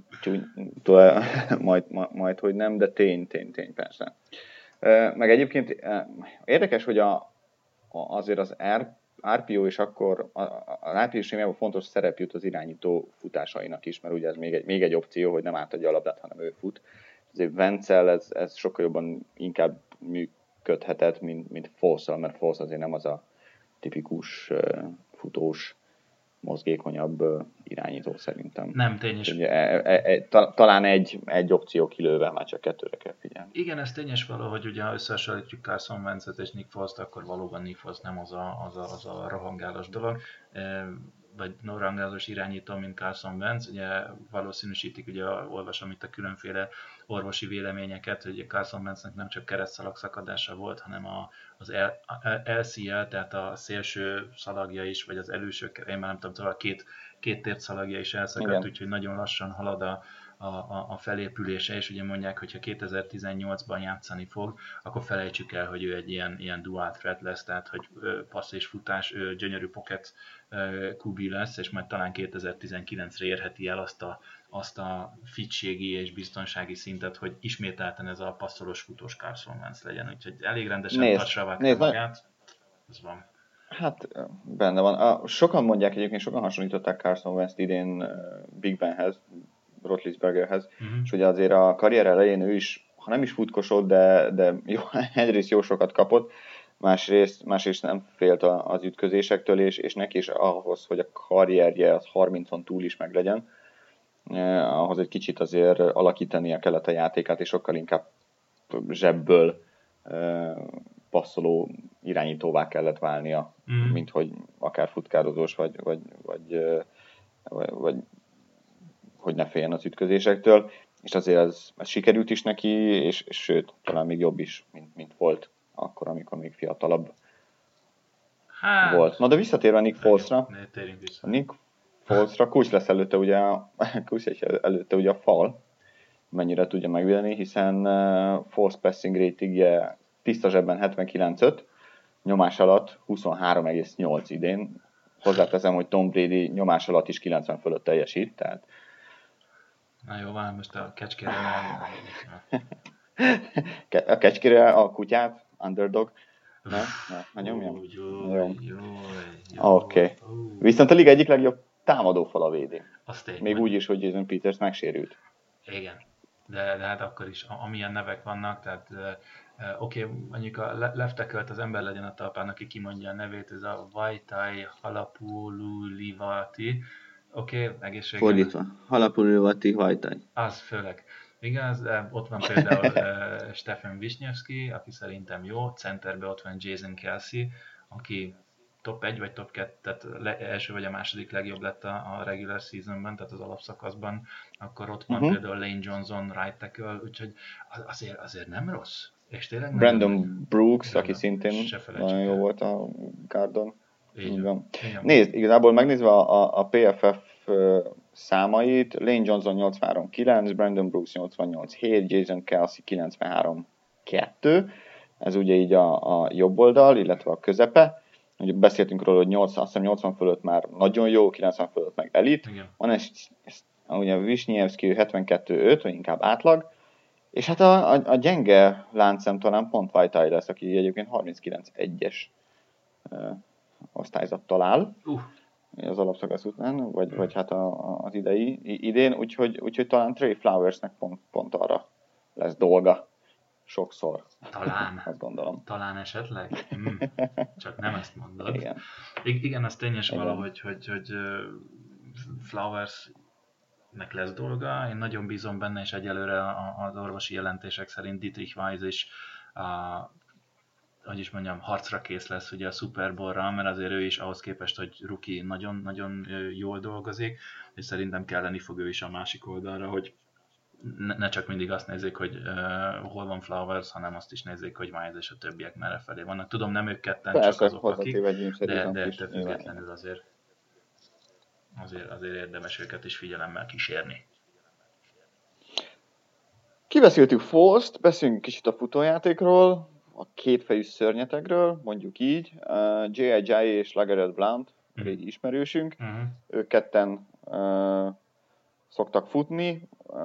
Majd, hogy nem, de tény, persze. Meg egyébként érdekes, hogy azért az RPO és akkor az RPO sémában fontos szerep jut az irányító futásainak is, mert ugye ez még egy opció, hogy nem átadja a labdát, hanem ő fut. Azért Wenzel ez sokkal jobban inkább működhetett, mint Foles-szal, mert Foles azért nem az a tipikus futós, mozgékonyabb irányító szerintem. Nem, tényes. Ugye, talán egy opció kilőve, már csak kettőre kell figyelni. Igen, ez tényes valahogy, ugye ha összehasonlítjuk Carson Wentzet és Nick Foles-t, akkor valóban Nick Foles nem az a rohangálós dolog, vagy rohangálós irányító, mint Carson Wentz. Ugye valószínűsítik, ugye olvasom itt a különféle orvosi véleményeket, hogy Carson Wentznek nem csak keresztszalag szakadása volt, hanem az LCL, tehát a szélső szalagja is, vagy az előső, én már nem tudom, talán két tért szalagja is elszakadt, úgyhogy nagyon lassan halad a felépülése, és ugye mondják, hogy ha 2018-ban játszani fog, akkor felejtsük el, hogy ő egy ilyen dual threat lesz, tehát hogy passz és futás, gyönyörű pocket QB lesz, és majd talán 2019-re érheti el azt a fitségi és biztonsági szintet, hogy ismételten ez a passzolós futós Carson Wentz legyen, úgyhogy elég rendesen tacsra vágta magát. Ez van. Hát benne van. Sokan mondják egyébként, sokan hasonlították Carson Wentzt idén Big Benhez, Roethlisbergerhez, és ugye azért a karrier elején ő is, ha nem is futkosott, de jó, egyrészt jó sokat kapott, másrészt nem félt az ütközésektől, és neki is ahhoz, hogy a karrierje az 30-on túl is meglegyen, ahhoz egy kicsit azért alakítania kellett a játékát, és sokkal inkább zsebből passzoló irányítóvá kellett válnia, mint hogy akár futkározós, vagy hogy ne féljen az ütközésektől, és azért ez sikerült is neki, és sőt, talán még jobb is, mint volt akkor, amikor még fiatalabb volt. Na de visszatérve Nick Folesra, Nick Folesra kulcs lesz előtte ugye a fal, mennyire tudja megvédeni, hiszen false passing ratingje tiszta zsebben 79.5, nyomás alatt 23,8 idén. Hozzáteszem, hogy Tom Brady nyomás alatt is 90 fölött teljesít, tehát... Na jó, van, most a kecskére a kecskére a kutyát, underdog, Ne nyomjam. Jó. Oké. Viszont a liga egyik legjobb támadófal a védő. Még úgy is, hogy Jason Peters megsérült. Igen. De hát akkor is, amilyen nevek vannak, tehát oké, mondjuk a left tackle-t az ember legyen a talpán, aki kimondja a nevét, ez a Vaitai Halapululivati. Oké, egészségen. Fordítva. Halapululivati Vaitai. Az főleg. Igaz, de ott van például Stefan Wisniewski, aki szerintem jó, centerben ott van Jason Kelsey, aki top 1 vagy top 2, tehát első vagy a második legjobb lett a regular seasonben, tehát az alapszakaszban, akkor ott van például Lane Johnson, right tackle, úgyhogy azért nem rossz. És tényleg Brandon Brooks, aki szintén nagyon jó volt a Gardon. Igen. Nézd, igazából megnézve a PFF számait, Lane Johnson 83-9, Brandon Brooks 88-7, Jason Kelsey 93-2, ez ugye így a jobb oldal, illetve a közepe. Ugye beszéltünk róla, hogy azt hiszem 80 fölött már nagyon jó, 90 fölött meg elit. Igen. Van ugye Wisniewski 72-5, vagy inkább átlag. És hát a gyenge láncszem talán pont Vaitai lesz, aki egyébként 39-1-es osztályzattal áll az alapszakasz után, vagy hát az idén, úgyhogy talán Trey Flowersnek pont arra lesz dolga sokszor. Talán. Azt gondolom. Talán esetleg? Csak nem ezt mondod. Igen, az tényes valahogy, hogy Flowersnek lesz dolga. Én nagyon bízom benne, és egyelőre az orvosi jelentések szerint Dietrich Weiss is harcra kész lesz ugye a Super Bowl-ra, mert azért ő is ahhoz képest, hogy rookie nagyon-nagyon jól dolgozik, és szerintem kelleni fog ő is a másik oldalra, hogy ne csak mindig azt nézzék, hogy hol van Flowers, hanem azt is nézzék, hogy Miles és a többiek merre felé vannak. Tudom, nem ők ketten, persze, csak azok, akik, de ettől függetlenül azért érdemes őket is figyelemmel kísérni. Kibeszéltük Foles-t, beszéljünk kicsit a futójátékról, a kétfejű szörnyetegről, mondjuk így. J.I. Ajayi és LeGarrette Blount, régi ismerősünk. Ők ketten szoktak futni.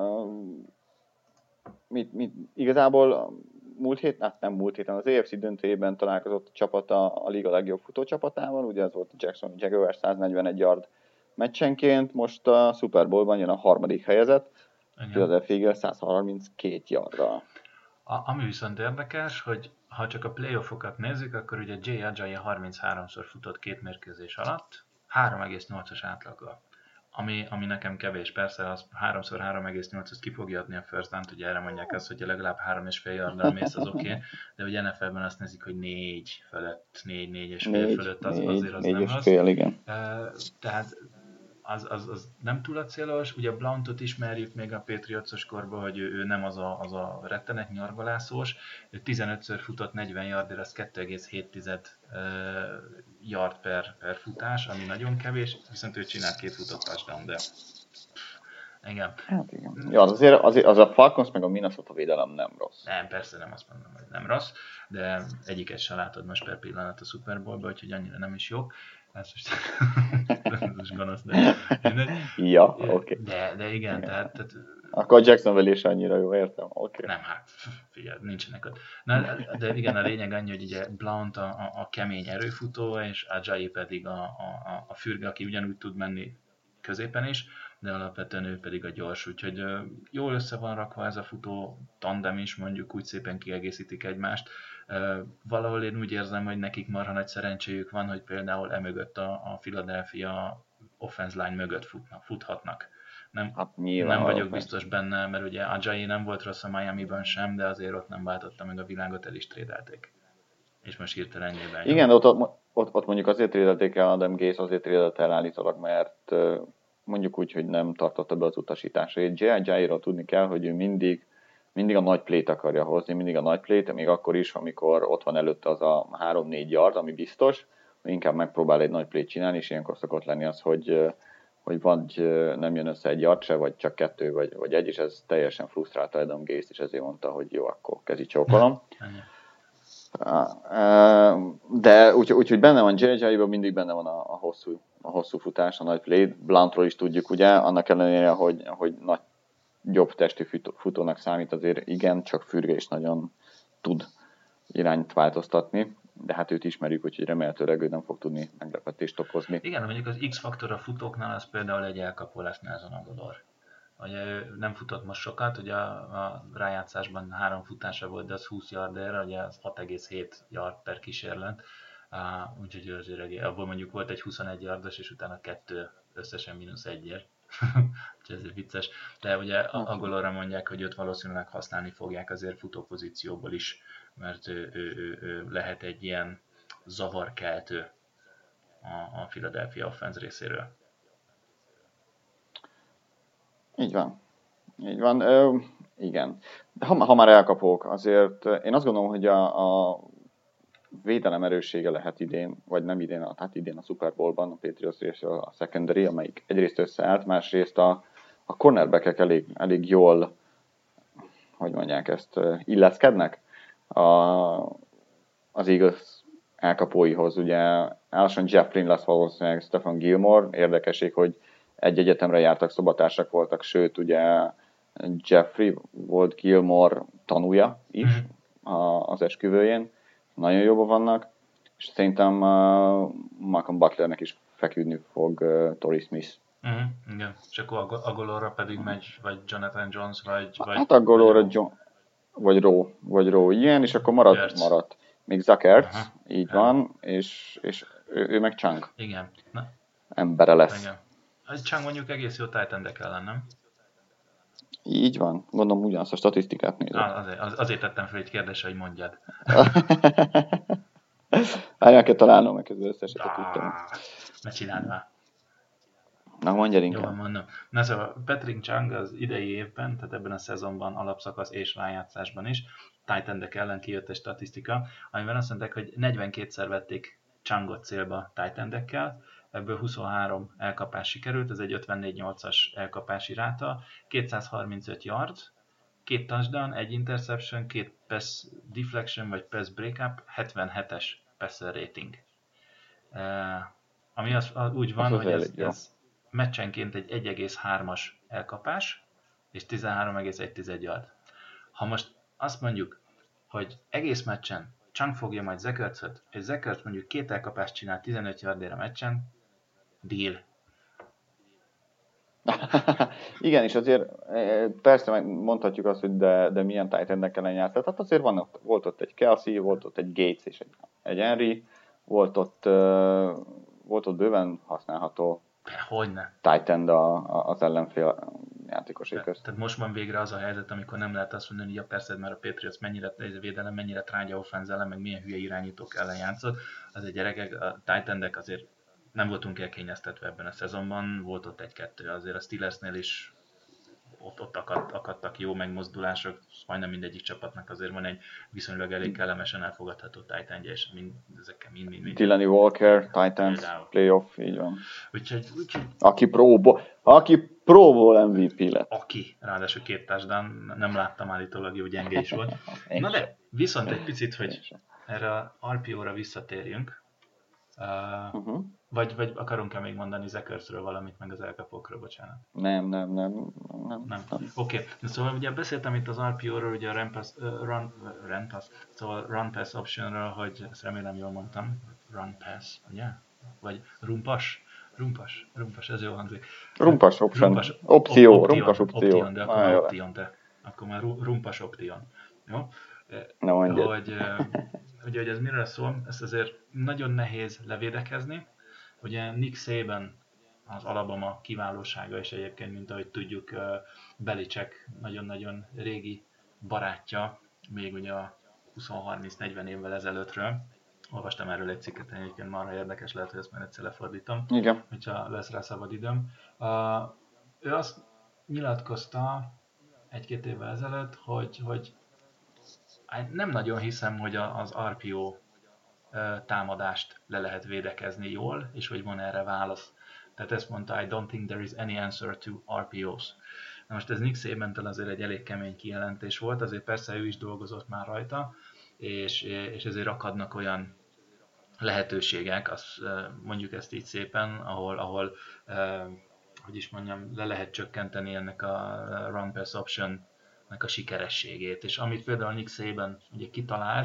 Igazából múlt héten, az AFC döntőjében találkozott a csapata a liga legjobb futócsapatával, ugye ez volt a Jackson Jaguars 141 yard meccsenként, most a Super Bowlban jön a harmadik helyezett, Philadelphia Eagles 132 yardra. Ami viszont érdekes, hogy ha csak a play-offokat nézzük, akkor ugye J.I. Ajayi 33-szor futott két mérkőzés alatt, 3,8-as átlaggal. Ami nekem kevés, persze, az 3x3,8, azt ki fogja adni a first down-t, ugye erre mondják azt, hogy legalább 3,5 yarddal mész, az oké, de ugye NFL-ben azt nézik, hogy 4 fölött, 4,5 fölött, azért az nem rossz. Igen. Tehát az nem túl a célos, ugye Blountot ismerjük még a Patriots-os korban, hogy ő nem az a rettenet nyargalászós, ő 15-ször futott 40 yardért, az 2,7 yard per futás, ami nagyon kevés, viszont ő csinált 2 futott touchdown, de igen. Hát igen. Ja, azért az a Falcons meg a Minnesota védelem nem rossz. Nem, persze nem azt mondom, hogy nem rossz, de egyiket se látod most per pillanat a Super Bowl-ba, úgyhogy annyira nem is jók. Ez most gonosz, de... Ja, oké. De igen, tehát... Akkor a Jacksonville is annyira jó, értem, oké. Nem, hát figyelj, nincsenek ott. De igen, a lényeg annyi, hogy ugye Blount a kemény erőfutó, és Ajayi pedig a fürge, aki ugyanúgy tud menni középen is, de alapvetően ő pedig a gyors, úgyhogy jól össze van rakva ez a futó tandem is, mondjuk úgy szépen kiegészítik egymást. Valahol én úgy érzem, hogy nekik marha nagy szerencséjük van, hogy például emögött a Philadelphia offense line mögött futhatnak. Nem vagyok biztos benne, mert ugye Ajayi nem volt rossz a Miami-ban sem, de azért ott nem váltotta meg a világot, el is trédelték. És most hirtelen ennyiben. Igen, ott mondjuk azért trédelték el Adam Gase, azért trédelt el állítólag, mert mondjuk úgy, hogy nem tartotta be az utasításait. J.I. Ajayiról tudni kell, hogy ő mindig a nagy play-t akarja hozni, mindig a nagy play-t, még akkor is, amikor ott van előtte az a 3-4 yard, ami biztos, inkább megpróbál egy nagy play-t csinálni, és ilyenkor szokott lenni az, hogy vagy nem jön össze egy yard se, vagy csak 2, vagy 1, és ez teljesen frusztrálta Adam Gase-t, és ezért mondta, hogy jó, akkor kezi csókolom. De úgyhogy benne van J.J.-ben, mindig benne van a hosszú futás, a nagy play. Blountról is tudjuk, ugye, annak ellenére, hogy nagy jobb testű futónak számít, azért igen, csak fürge is nagyon tud irányt változtatni. de hát őt ismerjük, úgyhogy remélhetőleg ő nem fog tudni meglepetést okozni. Igen, mondjuk az X-faktor a futóknál az például egy elkapó lesz Nelson Agholor. Ugye ő nem futott most sokat, ugye a rájátszásban 3 futása volt, de az 20 yardért, ugye az 6,7 yard per kísérlet, úgyhogy azért abból mondjuk volt egy 21 yardos, és utána 2 összesen -1-ért. Úgyhogy ez vicces. De ugye Agholorra mondják, hogy őt valószínűleg használni fogják azért futópozícióból is, mert ő lehet egy ilyen zavarkeltő a Philadelphia offense részéről. Így van. Így van. Igen. De ha már elkapók, azért én azt gondolom, hogy a védelem erőssége lehet idén, vagy nem idén, hát idén a Super Bowlban a Patriots részéről a secondary, amelyik egyrészt összeállt, másrészt a cornerbackek elég jól, hogy mondják ezt, illeszkednek az Eagles elkapóihoz. Ugye Alshon Jeffrey lesz valószínűleg Stephen Gilmore. Érdekesség, hogy egy egyetemre jártak, szobatársak voltak, sőt, ugye Jeffrey volt Gilmore tanúja is az esküvőjén. Nagyon jobban vannak, és szerintem Malcolm Butlernek is feküdni fog Torrey Smith. Igen, és akkor Agholorra pedig megy, vagy Jonathan Jones, vagy... Hát Agholorra vagy Rowe, ilyen, és akkor maradt. Még Zach Ertz, így van, és ő meg Chung. Igen. Na. Embere lesz. Igen. Az Chung mondjuk egész jó tight endek ellen, nem? Így van, gondolom ugyanazt a statisztikát nézem. Azért tettem fel egy kérdésre, hogy mondjad. El kell találnom meg az összeset, tudtam. Ne csináld már. Na, mondjad inkább. Jó, mondom. Na szóval Patrick Chung az idei évben, tehát ebben a szezonban, alapszakasz és rájátszásban is, tight endek ellen kijött egy statisztika, amiben azt mondták, hogy 42-szer vették Chungot célba tight endekkel, ebből 23 elkapás sikerült, ez egy 54-8-as elkapási ráta, 235 yard, 2 touchdown, 1 interception, 2 pass deflection vagy pass breakup, 77-es passer rating. Ami úgy van, hogy ez meccsenként egy 1,3-as elkapás, és 13,1 yard. Ha most azt mondjuk, hogy egész meccsen Chung fogja majd Zach Ertzet, és Zach Ertz mondjuk 2 elkapást csinál 15 yardért a meccsen, deal. Igen, és azért persze mondhatjuk azt, hogy de milyen tight endek ellen játszott. Hát azért volt ott egy Kelsey, volt ott egy Gates és egy Henry, volt ott bőven használható tight end az ellenfél játékosé közt. Tehát most van végre az a helyzet, amikor nem lehet azt mondani, hogy ja persze, mert a Patriots védelem mennyire trágya offense ellen, meg milyen hülye irányítók ellen játszott. Azért gyerekek, a tight endek azért nem voltunk elkényeztetve ebben a szezonban, volt ott egy-kettő, azért a Steelersnél is ott akadtak jó megmozdulások, majdnem mindegyik csapatnak azért van egy viszonylag elég kellemesen elfogadható tight endje, és ezekkel mind. Delaney Walker, Titans, playoff, így van. Úgyhogy aki Pro Bowl MVP lett. Aki, ráadásul 2 touchdown, nem láttam állítólag, jó gyenge is volt. Na de, viszont egy picit, hogy erre a RPO-ra visszatérjünk, vagy akarunk-e még mondani Zach Ertzről valamit, meg az elkapókról, bocsánat? Nem. Oké. Szóval ugye beszéltem itt az RPO-ról, ugye a run pass optionról, hogy ezt remélem jól mondtam, run pass, ugye? Vagy rumpas, ez jó hangzik. Rumpas option, opció. De akkor option, akkor már rumpas option. Jó? Na mondjad. Hogy ez miről szól, ezt azért nagyon nehéz levédekezni. Ugye Nick Saban az Alabama kiválósága, és egyébként, mint ahogy tudjuk, Belichick nagyon-nagyon régi barátja, még ugye a 20-30-40 évvel ezelőttről. Olvastam erről egy cikket, egyébként marha érdekes, lehet, hogy ezt már egyszer lefordítom, hogyha lesz rá szabad időm. Ő azt nyilatkozta 1-2 évvel ezelőtt, hogy nem nagyon hiszem, hogy az RPO támadást le lehet védekezni jól, és hogy van erre válasz. Tehát ezt mondta, I don't think there is any answer to RPOs. Na most ez Nick Saban-től azért egy elég kemény kijelentés volt, azért persze ő is dolgozott már rajta, és ezért akadnak olyan lehetőségek, mondjuk ezt így szépen, ahol hogy is mondjam, le lehet csökkenteni ennek a run pass option a sikerességét. És amit például Nick Saban ugye kitalált,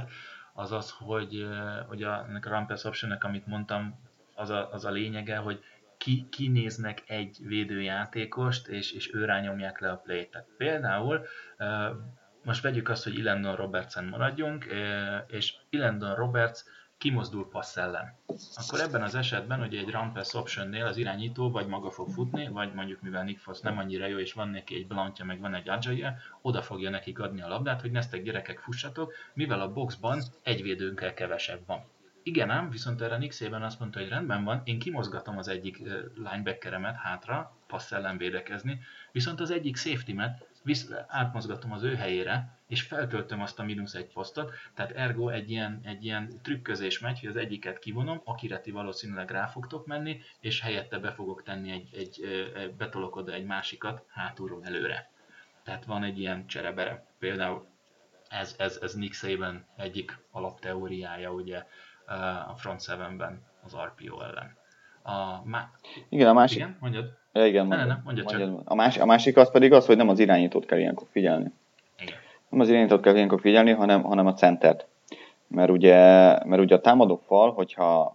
az az, hogy ennek a run pass optionnek, amit mondtam, az a lényege, hogy kinéznek egy védőjátékost, és ő rányomják le a play-t. Tehát például most vegyük azt, hogy Elandon Robertsen maradjunk, és Elandon Roberts kimozdul passz ellen. Akkor ebben az esetben, hogy egy run pass optionnél az irányító vagy maga fog futni, vagy mondjuk mivel Nick Foss nem annyira jó, és van neki egy blantja, meg van egy agile, oda fogja nekik adni a labdát, hogy neztek gyerekek, fussatok, mivel a boxban egy védőnkkel kevesebb van. Igen ám, viszont erre Nick Saban azt mondta, hogy rendben van, én kimozgatom az egyik linebackeremet hátra, passz ellen védekezni, viszont az egyik safety-met átmozgatom az ő helyére, és feltöltöm azt a -1 posztot, tehát ergo egy ilyen trükközés megy, hogy az egyiket kivonom, akire ti valószínűleg rá fogtok menni, és helyette be fogok tenni betolok oda egy másikat hátulról előre. Tehát van egy ilyen cserebere. Például ez Nick Saban egyik alapteóriája, ugye, a front seven-ben az RPO ellen. Igen, a másik... Igen, mondjad. Ja, igen, mondjad csak. A másik az pedig az, hogy nem az irányítót kell ilyenkor figyelni. Igen. Nem az irányítót kell ilyenkor figyelni, hanem a centert. Mert ugye a támadó fal, hogyha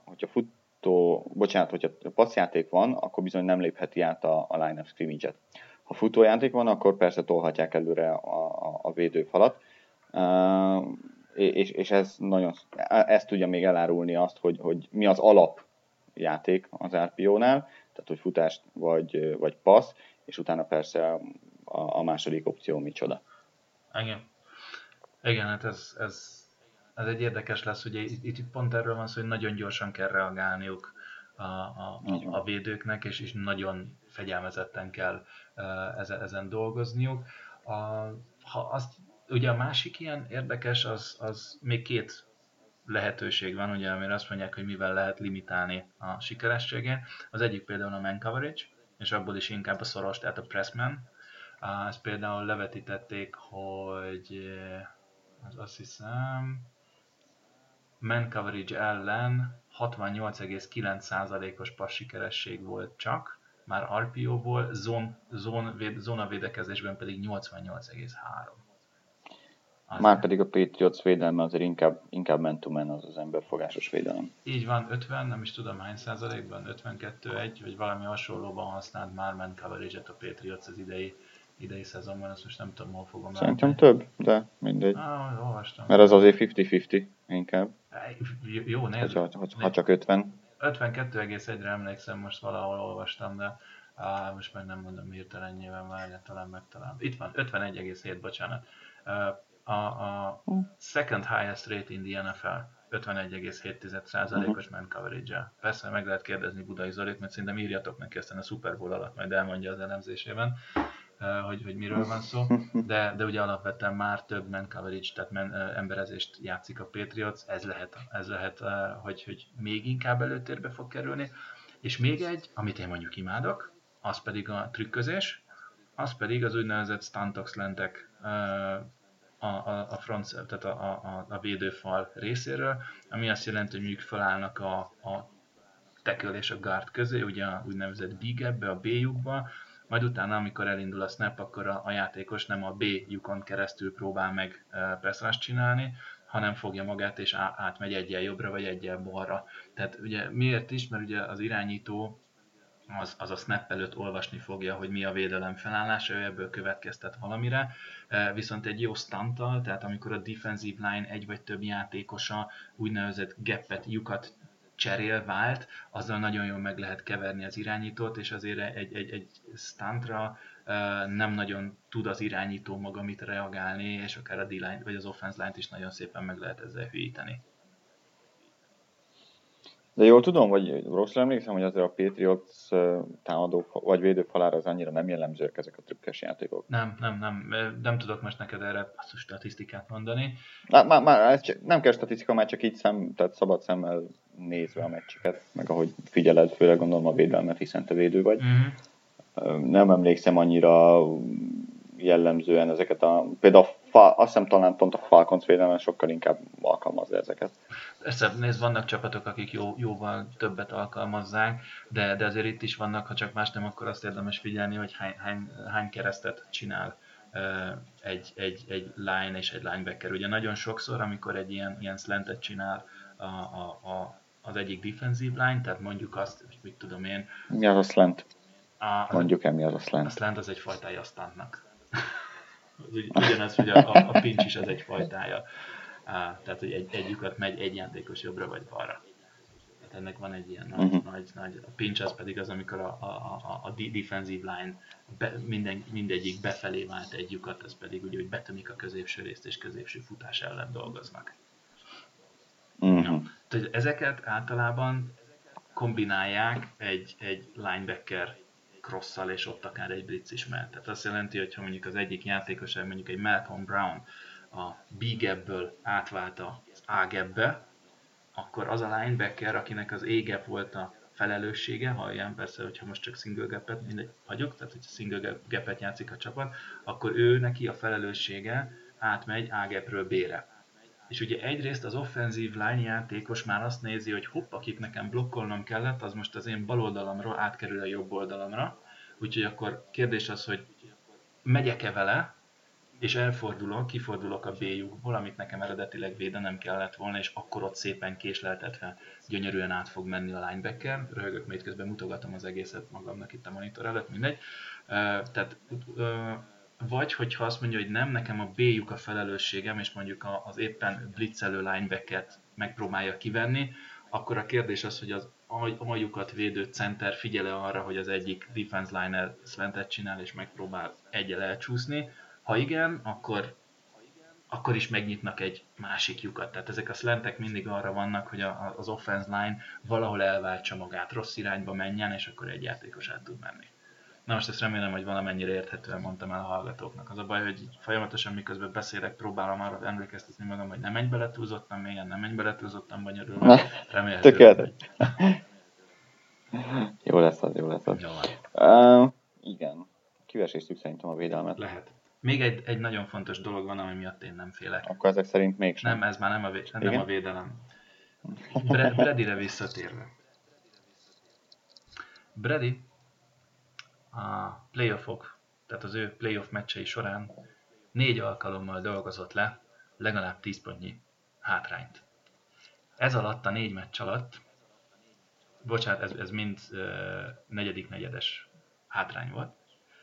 passzjáték van, akkor bizony nem lépheti át a line of scrimmage-et. Ha futójáték van, akkor persze tolhatják előre a védőfalat. És ez tudja még elárulni azt, hogy mi az alapjáték az RPO-nál, tehát hogy futást vagy passz, és utána persze a második opció micsoda. Igen, hát ez egy érdekes lesz, ugye itt pont erről van szó, hogy nagyon gyorsan kell reagálniuk a védőknek, és nagyon fegyelmezetten kell ezen dolgozniuk. Ugye a másik ilyen érdekes, az még két lehetőség van, ugye, amire azt mondják, hogy mivel lehet limitálni a sikerességét. Az egyik például a man coverage, és abból is inkább a szoros, tehát a pressman. Ezt például levetítették, hogy azt hiszem man coverage ellen 68,9%-os passz sikeresség volt csak, már RPO-ból, zóna védekezésben pedig 88,3. Már pedig a Patriots védelme azért inkább man-to-man az emberfogásos védelem. Így van, 50, nem is tudom hány százalékban, 52-1, vagy valami hasonlóban használt már man coverage-et a Patriots az idei szezonban, azt most nem tudom, hol fogom Szerintem látni. Több, de mindegy. Olvastam. Mert az azért 50-50 inkább. Jó, nézd. Ha csak 50. 52,1-re emlékszem, most valahol olvastam, de most meg nem mondom hirtelen nyilván, várjál, talán megtalálom. Itt van, 51,7, bocsánat. A second highest rate in the NFL, 51,7%-os man coverage-el. Persze meg lehet kérdezni Budai Zolit, mert szerintem írjatok neki aztán a Super Bowl alatt, majd elmondja az elemzésében, hogy miről van szó. De ugye alapvetően már több man coverage, tehát emberezést játszik a Patriots, ez lehet hogy még inkább előtérbe fog kerülni. És még egy, amit én mondjuk imádok, az pedig a trükközés, az pedig az úgynevezett stuntox lentek a front, tehát a védőfal részéről, ami azt jelenti, hogy mondjuk felállnak a tackle és a guard közé, ugye a úgynevezett B-gapbe, a B-lyukba, majd utána, amikor elindul a snap, akkor a játékos nem a B-lyukon keresztül próbál meg pass csinálni, hanem fogja magát és átmegy egyel jobbra, vagy egyel balra. Tehát ugye miért is? Mert ugye az irányító az a snap előtt olvasni fogja, hogy mi a védelem felállása, ő ebből következtet valamire, viszont egy jó stunttal, tehát amikor a defensive line egy vagy több játékosa úgynevezett gapet, lyukat cserél, vált, azzal nagyon jól meg lehet keverni az irányítót, és azért egy stuntra nem nagyon tud az irányító maga mit reagálni, és akár a D-line vagy az offense line-t is nagyon szépen meg lehet ezzel hülyíteni. De jól tudom, vagy rosszul emlékszem, hogy azért a Patriots támadó vagy védőfalára az annyira nem jellemzőek ezek a trükkös játékok. Nem tudok most neked erre statisztikát mondani. Nem kell statisztika, már csak így tehát szabad szemmel nézve a meccseket, meg ahogy figyeled, főleg gondolom a védelmet, hiszen te védő vagy. Nem emlékszem annyira jellemzően ezeket például azt hiszem talán pont a Falcons védelmen sokkal inkább alkalmazza ezeket. Persze, nézd, vannak csapatok, akik jóval többet alkalmazzák, de azért itt is vannak, ha csak más nem, akkor azt érdemes figyelni, hogy hány keresztet csinál egy line és egy linebacker. Ugye nagyon sokszor, amikor egy ilyen slantet csinál az egyik defensive line, tehát mondjuk azt, hogy mit tudom én... Mi az a slant? Mondjuk el, mi az a slant? A slant az egy fajtája a stuntnak. Ugyanaz, hogy a pinch is az egy fajtája. Tehát, hogy egy lyukat megy egy játékos jobbra vagy balra. Tehát ennek van egy ilyen nagy... A pinch az pedig az, amikor a defensive line mindegyik befelé vált egy lyukat, az pedig ugye, hogy betömik a középső részt és középső futás ellen dolgoznak. Ja. Tehát ezeket általában kombinálják egy linebacker crossszal, és ott akár egy blitz is mehet. Tehát azt jelenti, hogy ha mondjuk az egyik játékos, mondjuk egy Malcolm Brown a B-gapből átvált az A-gapbe, akkor az a linebacker, akinek az A-gap volt a felelőssége, hallján persze, hogyha most csak single gapet mindegy hagyjuk, tehát hogyha single gapet játszik a csapat, akkor ő neki a felelőssége átmegy A-gapről B-re. És ugye egyrészt az offenzív line játékos már azt nézi, hogy hopp, akik nekem blokkolnom kellett, az most az én bal oldalamról átkerül a jobb oldalamra. Úgyhogy akkor kérdés az, hogy megyek-e vele, és kifordulok a B-lyukból, amit nekem eredetileg védenem kellett volna, és akkor ott szépen késleltetve gyönyörűen át fog menni a linebacker. Röhögök, mert közben mutogatom az egészet magamnak itt a monitor előtt, mindegy. Vagy hogyha azt mondja, hogy nem, nekem a B-lyuk a felelősségem, és mondjuk az éppen blitzelő linebackert megpróbálja kivenni, akkor a kérdés az, hogy az A-lyukat védő center figyel-e arra, hogy az egyik defense liner slantet csinál, és megpróbál egyel elcsúszni. Ha igen, akkor is megnyitnak egy másik lyukat. Tehát ezek a slantek mindig arra vannak, hogy az offense line valahol elváltsa magát, rossz irányba menjen, és akkor egy játékos át tud menni. Na most ezt remélem, hogy valamennyire érthetően mondtam el a hallgatóknak. Az a baj, hogy folyamatosan miközben beszélek, próbálom arra emlékeztetni magam, hogy nem menj bele túlzottan mélyen, nem menj bele túlzottan bonyolulva. Tökéletes. Jó lesz az. Igen. Kiveséztük szerintem a védelmet. Lehet. Még egy nagyon fontos dolog van, ami miatt én nem félek. Akkor ezek szerint mégsem. Nem, ez már nem a védelem. Bradyre visszatérve. Brady a playoffok, tehát az ő playoff meccsei során 4 alkalommal dolgozott le legalább 10 pontnyi hátrányt. Ez alatt a 4 meccs alatt, bocsánat, ez mind negyedik negyedes hátrány volt,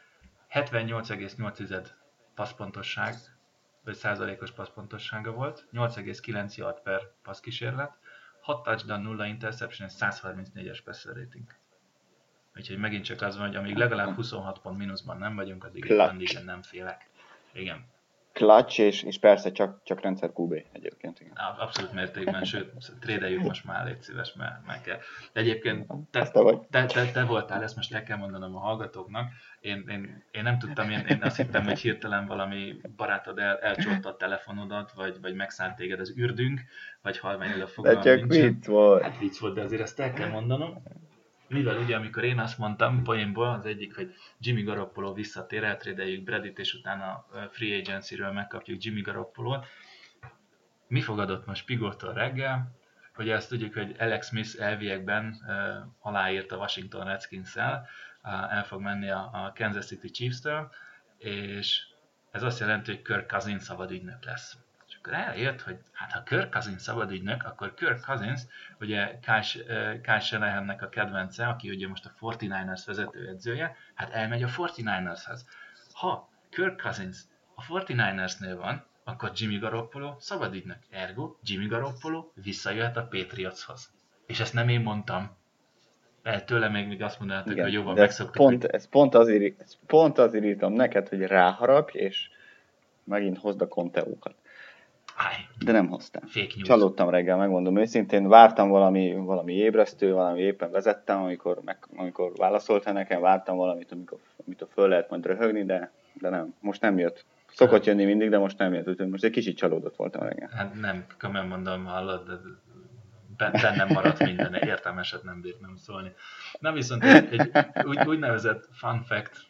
78,8 passzpontosság, vagy százalékos passzpontossága volt, 8,9 yard per passzkísérlet, 6 touchdown, 0 interception és 134-es passer rating. Úgyhogy megint csak az van, hogy amíg legalább 26 pont mínuszban nem vagyunk, addig igen, nem félek. Igen. Clutch, és persze csak rendszer QB egyébként. Igen. Abszolút mértékben, sőt, trédeljük most már, légy szíves, mert meg kell. De egyébként te voltál, ezt most el kell mondanom a hallgatóknak. Én nem tudtam, én azt hittem, hogy hirtelen valami barátod elcsolta a telefonodat, vagy megszállt téged az ürdünk, vagy halványilag fogalmam nincsen. De csak vicc volt. Hát vicc volt, de azért ezt el kell mondanom. Mivel ugye, amikor én azt mondtam poénból, az egyik, hogy Jimmy Garoppolo visszatér, eltrédeljük Bradyt, és utána Free Agency-ről megkapjuk Jimmy Garoppolót. Mi fogadott most Pigótól reggel? Ugye ezt tudjuk, hogy Alex Smith elviekben aláírt a Washington Redskins-szel, el fog menni a Kansas City Chiefs-től, és ez azt jelenti, hogy Kirk Cousins szabadügynök lesz. És akkor eljött, hogy hát ha Kirk Cousins szabadügynök, akkor Kirk Cousins, ugye Kyle Shanahannek a kedvence, aki ugye most a 49ers vezetőedzője, hát elmegy a 49ershez. Ha Kirk Cousins a 49ersnél van, akkor Jimmy Garoppolo szabadügynök. Ergo Jimmy Garoppolo visszajöhet a Patriotshoz. És ezt nem én mondtam. Tőle még azt mondanátok, hogy jobban megszoktuk. Ez pont azért írtam neked, hogy ráharapj, és megint hozd a konteókat. De nem hoztam. Csalódtam reggel, megmondom őszintén. Vártam valami ébresztő, valami éppen vezettem, amikor válaszoltál nekem, vártam valamit, amit föl lehet majd röhögni, de nem. Most nem jött. Szokott jönni mindig, de most nem jött. Úgyhogy most egy kicsit csalódott voltam reggel. Hát nem, komolyan mondom, hallod, de bennem maradt minden, értelmeset nem bírtam szólni. Nem, viszont egy úgynevezett fun fact,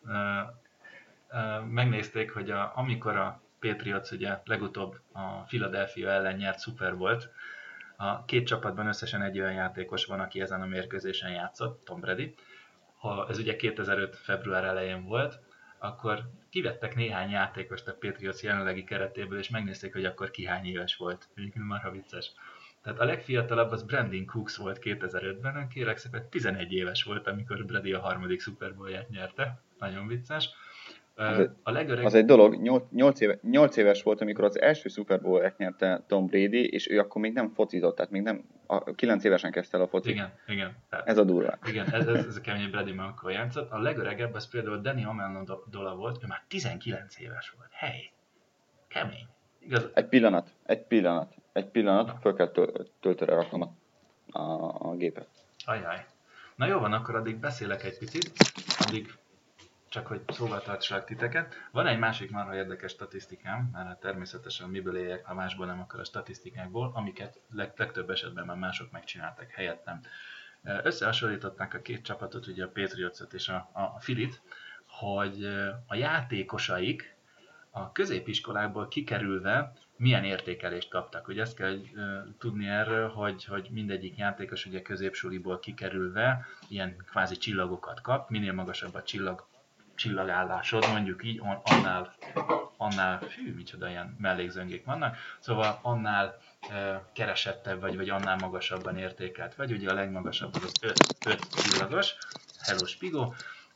megnézték, hogy amikor a Patriots ugye legutóbb a Philadelphia ellen nyert Super Bowl-t, a két csapatban összesen egy olyan játékos van, aki ezen a mérkőzésen játszott, Tom Brady. Ez ugye 2005. február elején volt. akkor kivettek néhány játékost a Patriots jelenlegi keretéből, és megnézték, hogy akkor ki hány éves volt. Egyébként marha vicces. Tehát a legfiatalabb az Brandon Cooks volt 2005-ben, kérlek szépen 11 éves volt, amikor Brady a harmadik Super Bowl-ját nyerte. Nagyon vicces. Az egy dolog, 8 éves volt, amikor az első Super Bowl-et nyerte Tom Brady, és ő akkor még nem focizott, tehát még nem, 9 évesen kezdte el a focit. Igen. Tehát, ez a durva. Igen, ez a kemény Brady már akkor játszott. A legöregebb az például Danny Amendola volt, ő már 19 éves volt. Hey, kemény. Igaz? Egy pillanat, föl kell töltőre raknom a gépet. Ajaj. Na jó van, akkor addig beszélek egy picit, addig csak hogy szóval tartsalak titeket. Van egy másik marha érdekes statisztikám, mert természetesen miből éljek, ha másból nem, akkor a statisztikákból, amiket legtöbb esetben már mások megcsináltak helyettem. Összehasonlították a két csapatot, ugye a Patriots-ot és a Philit, hogy a játékosaik a középiskolákból kikerülve milyen értékelést kaptak. Ugye ezt kell tudni erről, hogy mindegyik játékos ugye középsuliból kikerülve ilyen kvázi csillagokat kap, minél magasabb a csillagállásod, mondjuk így, annál micsoda ilyen mellékzöngék vannak, szóval annál keresettebb vagy annál magasabban értékelt vagy, ugye a legmagasabb az 5 csillagos. Hello Spigo.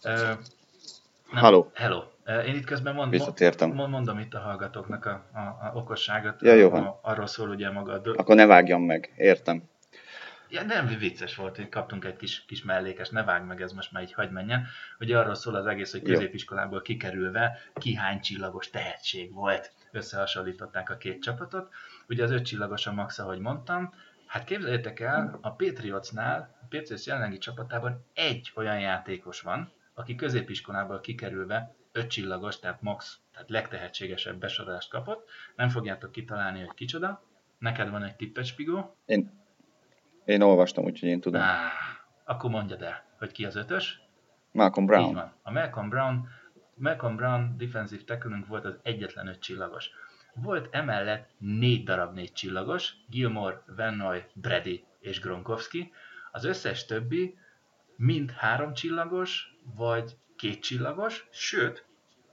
Hello. Én itt közben mondom itt a hallgatóknak a okosságot. Ja, jó van. Arról szól ugye maga Akkor ne vágjam meg, értem. Ja, nem, vicces volt, hogy kaptunk egy kis mellékes, ne vágj meg, ez most már így hagy menjen. Ugye arról szól az egész, hogy középiskolából kikerülve ki hány csillagos tehetség volt. Összehasonlították a két csapatot. Ugye az 5 csillagos a max, ahogy mondtam. Hát képzeljétek el, a Patriotsnál, a Patriots jelenlegi csapatában egy olyan játékos van, aki középiskolából kikerülve 5 csillagos, tehát max, tehát legtehetségesebb besorolást kapott. Nem fogjátok kitalálni, hogy kicsoda. Neked van egy tipped, Spigó? Én olvastam, úgyhogy én tudom. Akkor mondjad el, hogy ki az 5-ös? Malcolm Brown. Így van. A Malcolm Brown defensive tackle-ünk volt az egyetlen 5 csillagos. Volt emellett 4 darab 4 csillagos, Gilmore, Van Noy, Brady és Gronkowski. Az összes többi mind 3 csillagos, vagy 2 csillagos, sőt,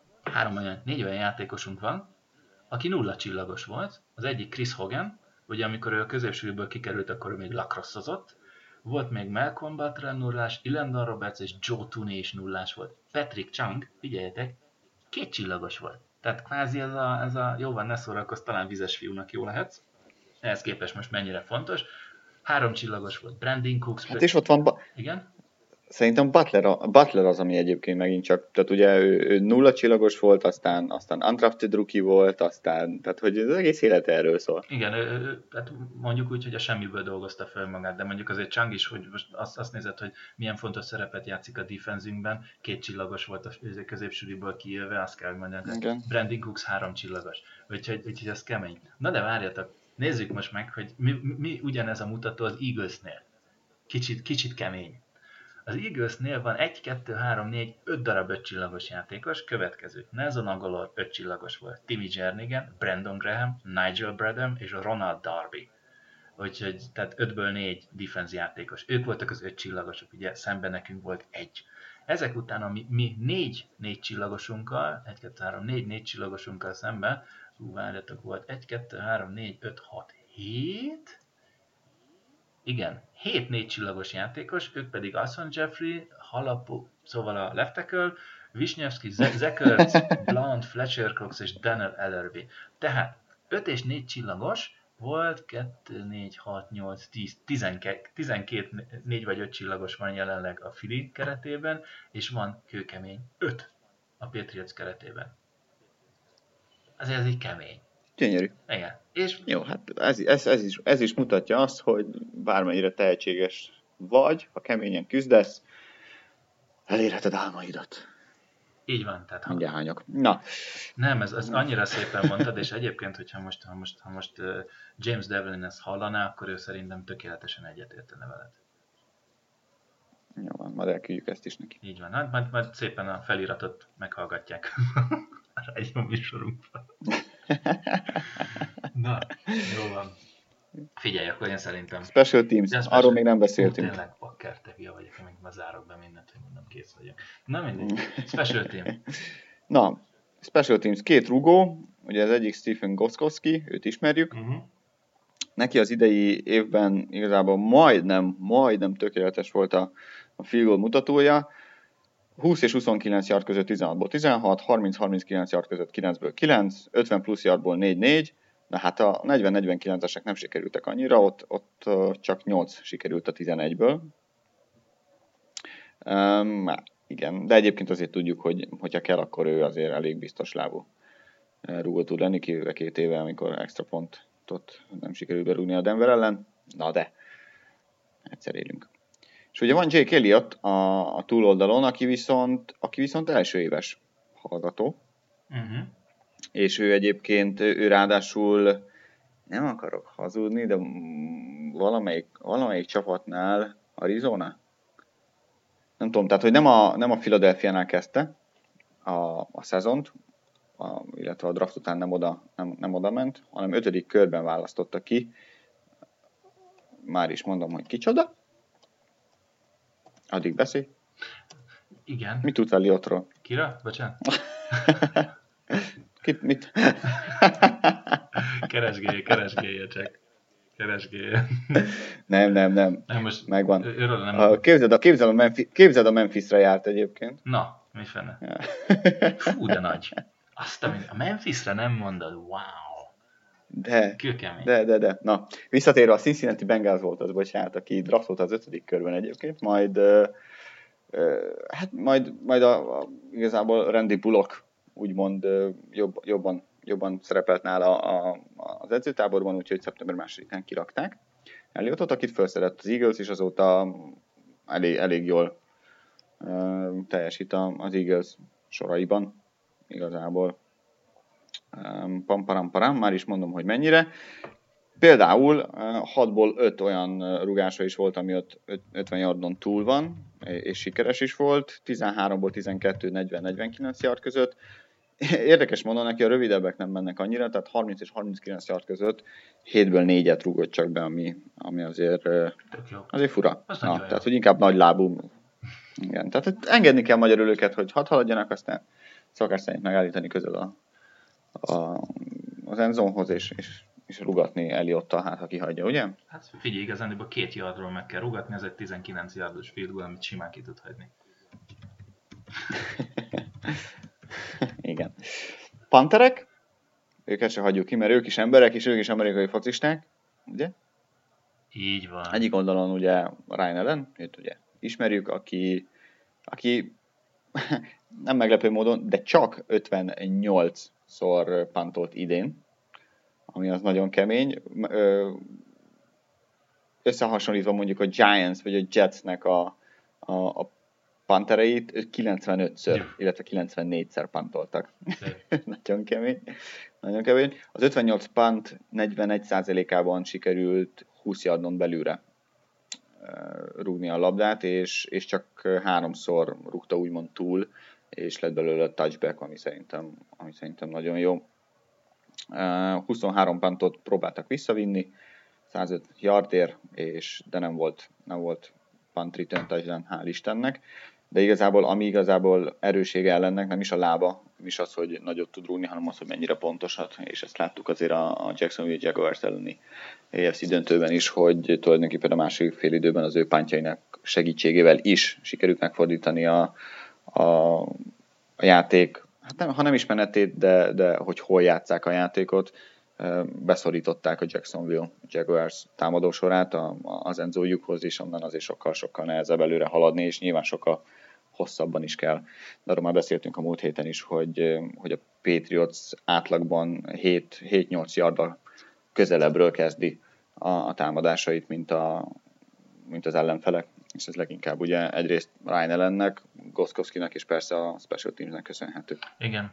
4 olyan játékosunk van, aki 0 csillagos volt. Az egyik Chris Hogan, ugye amikor ő a középsúlyból kikerült, akkor ő még lacrossozott. Volt még Malcolm Butler nullás, Elandon Roberts és Joe Tooney is nullás volt. Patrick Chung, figyeljetek, 2 csillagos volt. Tehát kvázi ez a jó van, ne szórakozz, talán vizes fiúnak jó lehetsz. Ehhez képest most mennyire fontos. 3 csillagos volt Brandon Cooks. Hát és ott van... Igen? Szerintem Butler az, ami egyébként megint csak, tehát ugye ő 0 csillagos volt, aztán undrafted rookie volt, tehát hogy az egész élete erről szól. Igen, hát mondjuk úgy, hogy a semmiből dolgozta föl magát, de mondjuk azért Chung is, hogy most azt nézed, hogy milyen fontos szerepet játszik a defensünkben, 2 csillagos volt a középsúlyból kijövve, azt kell mondani. Brandon Cooks 3 csillagos, úgyhogy ez kemény. Na de várjatok, nézzük most meg, hogy mi ugyanez a mutató az Eaglesnél. Kicsit kemény. Az Eaglesnél van 1, 2, 3, 4, 5 darab 5 csillagos játékos, következő. Nelson Aguilar 5 csillagos volt, Timmy Jernigan, Brandon Graham, Nigel Bradham és Ronald Darby. Úgyhogy tehát 5-ből 4 defense játékos. Ők voltak az 5 csillagosok, ugye szemben nekünk volt 1. Ezek után mi 4 csillagosunkkal, 1, 2, 3, 4 csillagosunkkal szemben, várjatok, volt 1, 2, 3, 4, 5, 6, 7... Igen, 7 4 csillagos játékos, ők pedig Alshon Jeffrey, Halapo, szóval a left tackle, Wisniewski, Zekertz, Blount, Fletcher Cox és Daniel Ellerby. Tehát 5 és 4 csillagos volt, 2, 4, 6, 8, 10, 12 4 vagy 5 csillagos van jelenleg a Philly keretében, és van kőkemény 5 a Patriots keretében. Azért ez így kemény. Gyönyörű. Igen. És jó, hát ez is mutatja azt, hogy bármennyire tehetséges vagy, ha keményen küzdesz, elérheted álmaidat. Így van, tehát hányok. Na. Nem, ez annyira szépen mondtad, és egyébként, hogyha most James Devlin ezt hallaná, akkor ő szerintem tökéletesen egyetértene veled. Jó van, majd elküldjük ezt is neki. Így van, majd szépen a feliratot meghallgatják a rádió műsorunkban. Na, jó van. Figyelj, akkor én szerintem... Special Teams, arról még nem beszéltünk. Tényleg, bakker, te hülye vagyok, amíg ma zárok be mindent, hogy mondom, kész vagyok. Na mindegy, Special Team. Na, Special Teams 2 rugó, ugye az egyik Stephen Gostkowski, őt ismerjük. Neki az idei évben igazából majdnem tökéletes volt a field goal mutatója. 20 és 29 yard között 16-ból 16, 30-39 yard között 9-ből 9, 50 plusz yardból 4-4, de hát a 40-49-esek nem sikerültek annyira, ott csak 8 sikerült a 11-ből. Igen, de egyébként azért tudjuk, hogy hogyha kell, akkor ő azért elég biztos lábú rúgó tud lenni, kivéve 2 éve, amikor extra pontot nem sikerült berúgni a Denver ellen. Na de, egyszer élünk. És ugye van Jake Elliott a túloldalon, aki viszont első éves hallgató. És ő egyébként, ő ráadásul, nem akarok hazudni, de valamelyik csapatnál, Arizona? Nem tudom, tehát hogy nem a Philadelphia-nál kezdte a szezont, illetve a draft után nem oda ment, hanem 5. körben választotta ki. Már is mondom, hogy kicsoda. Addig beszélj. Igen. Mit tudsz Elliottról? Kira? Bocsánat. Mit? Keresgélje csak. Keresgélje. Nem. Most megvan. Őről nem... Képzeld a Memphisre járt egyébként. Na, mi fene? Fú, de nagy. Azt, a Memphisre nem mondod, wow. De. Na, visszatérve a Cincinnati Bengals volt az, bocsánat, aki draftolt az 5. körben egyébként, majd igazából Randy Bullock úgymond jobban szerepelt nála az edzőtáborban, úgyhogy szeptember 2-án kirakták Elliottot, akit felszedett az Eagles, és azóta elég jól teljesít az Eagles soraiban igazából. Pamparam, már is mondom, hogy mennyire. Például 6-ból 5 olyan rugása is volt, ami 50 yardon túl van, és sikeres is volt. 13-ból 12, 40-49 yard között. Érdekes mondom, neki a rövidebbek nem mennek annyira, tehát 30 és 39 yard között 7-ből 4-et rúgott csak be, ami azért fura. Tehát, hogy inkább nagy lábú. Igen, tehát engedni kell magyarul őket, hogy hadd haladjanak, aztán szokás szerint megállítani közel az endzónhoz, és rugatni Elliottal, hát ha kihagyja, ugye? Hát figyelj, igazán 2 yardról meg kell rugatni, ez egy 19 yardos field goal, amit simán ki tud hagyni. Igen. Panterek? Őket se hagyjuk ki, mert ők is emberek, és ők is amerikai focisták, ugye? Így van. Egyik oldalon ugye Ryan Allen, őt ugye ismerjük, aki nem meglepő módon, de csak 58-szor pantolt idén, ami az nagyon kemény. Összehasonlítva mondjuk a Giants vagy a Jetsnek a pantereit, 95-ször, illetve 94-szer pantoltak. Nagyon kemény. Az 58 pant 41%-ában sikerült 20 yardon belülre rúgni a labdát, és csak 3-szor rúgta úgymond túl, és lett belőle a touchback, ami szerintem nagyon jó. 23 pantot próbáltak visszavinni, 105 yardért, de nem volt punt return touchdown, hál' Istennek. De ami igazából erősége ellennek, nem is a lába, nem is az, hogy nagyot tud rúgni, hanem az, hogy mennyire pontosat, és ezt láttuk azért a Jacksonville Jaguars elleni AFC döntőben is, hogy tulajdonképpen a második fél időben az ő pántjainak segítségével is sikerült megfordítani a játék, hát ha nem is menetét, de hogy hol játsszák a játékot, beszorították a Jacksonville Jaguars támadósorát az endzójukhoz, és onnan azért sokkal nehezebb előre haladni, és nyilván sokkal hosszabban is kell. De arról már beszéltünk a múlt héten is, hogy a Patriots átlagban 7-8 yardal közelebbről kezdi a támadásait, mint az ellenfelek, és ez leginkább ugye egyrészt Ryan Allennek, Gostkowskinak és persze a Special Teamsnek köszönhető. Igen.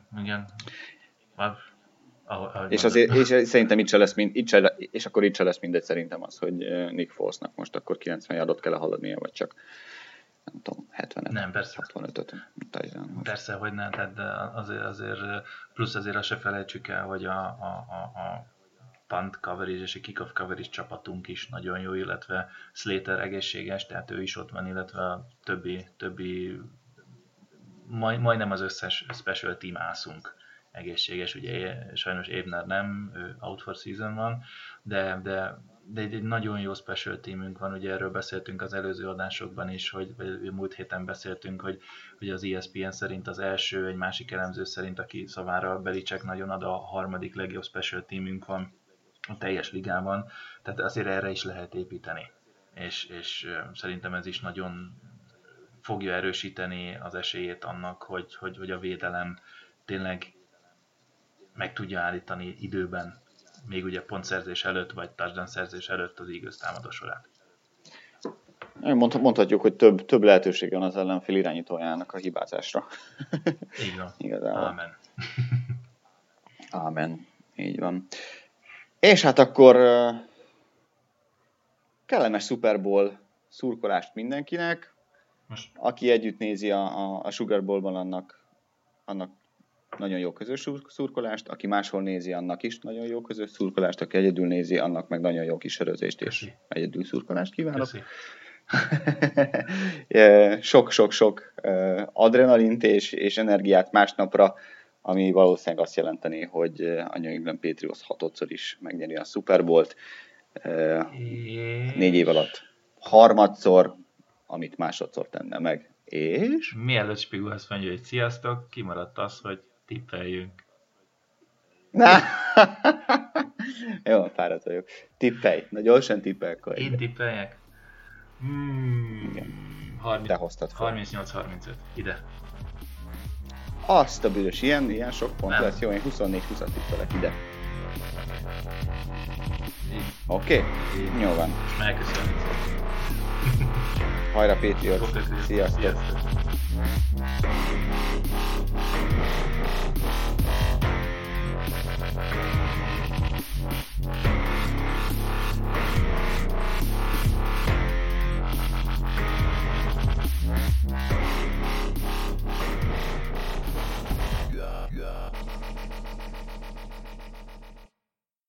És szerintem itt se lesz mindegy szerintem az, hogy Nick Folesnak most akkor 90 yardot kell haladnia, vagy csak nem tudom, 70-et, nem, persze. 65-öt. Persze, hogy nem, tehát azért plusz azért azt se felejtsük el, hogy a punt coverage és a kickoff coverage csapatunk is nagyon jó, illetve Slater egészséges, tehát ő is ott van, illetve a többi majdnem az összes special team ászunk egészséges, ugye sajnos Ebner nem, out for season van, de egy nagyon jó special teamünk van, ugye erről beszéltünk az előző adásokban is, hogy múlt héten beszéltünk, hogy az ESPN szerint az első, egy másik elemző szerint, aki szavára Belichick nagyon ad, a harmadik legjobb special teamünk van a teljes ligában, tehát azért erre is lehet építeni, és szerintem ez is nagyon fogja erősíteni az esélyét annak, hogy a védelem tényleg meg tudja állítani időben, még ugye pontszerzés előtt, vagy touchdown szerzés előtt az Eagles támadó sorát. Mondhatjuk, hogy több lehetőség van az ellenfél irányítójának a hibázásra. Így van. Igazából. Ámen. Ámen. Így van. És hát akkor kellemes Super Bowl szurkolást mindenkinek. Most. Aki együtt nézi a Sugar Bowl-ban, annak nagyon jó közös szurkolást, aki máshol nézi, annak is nagyon jó közös szurkolást, aki egyedül nézi, annak meg nagyon jó kis sörözést és egyedül szurkolást kívánok. Sok adrenalint és energiát másnapra, ami valószínűleg azt jelenteni, hogy a New England Patriots 6-szor is megnyeri a Super Bowl-t 4 év alatt. Harmadszor, amit másodszor tenne meg. És? Mielőtt Spigó azt mondja, hogy sziasztok, kimaradt az, hogy tippeljünk. Jó, fáradt vagyok. Tippelj. Na gyorsan tippelj. Én tippeljek? Te hoztad fel. 38-35. Ide. Azt a bűnös, ilyen sok pont nem lesz. Jó, én 24-20-at tippelek ide. Oké? Jó van. Megköszönjük. Hajrá Patriots. Sziasztok.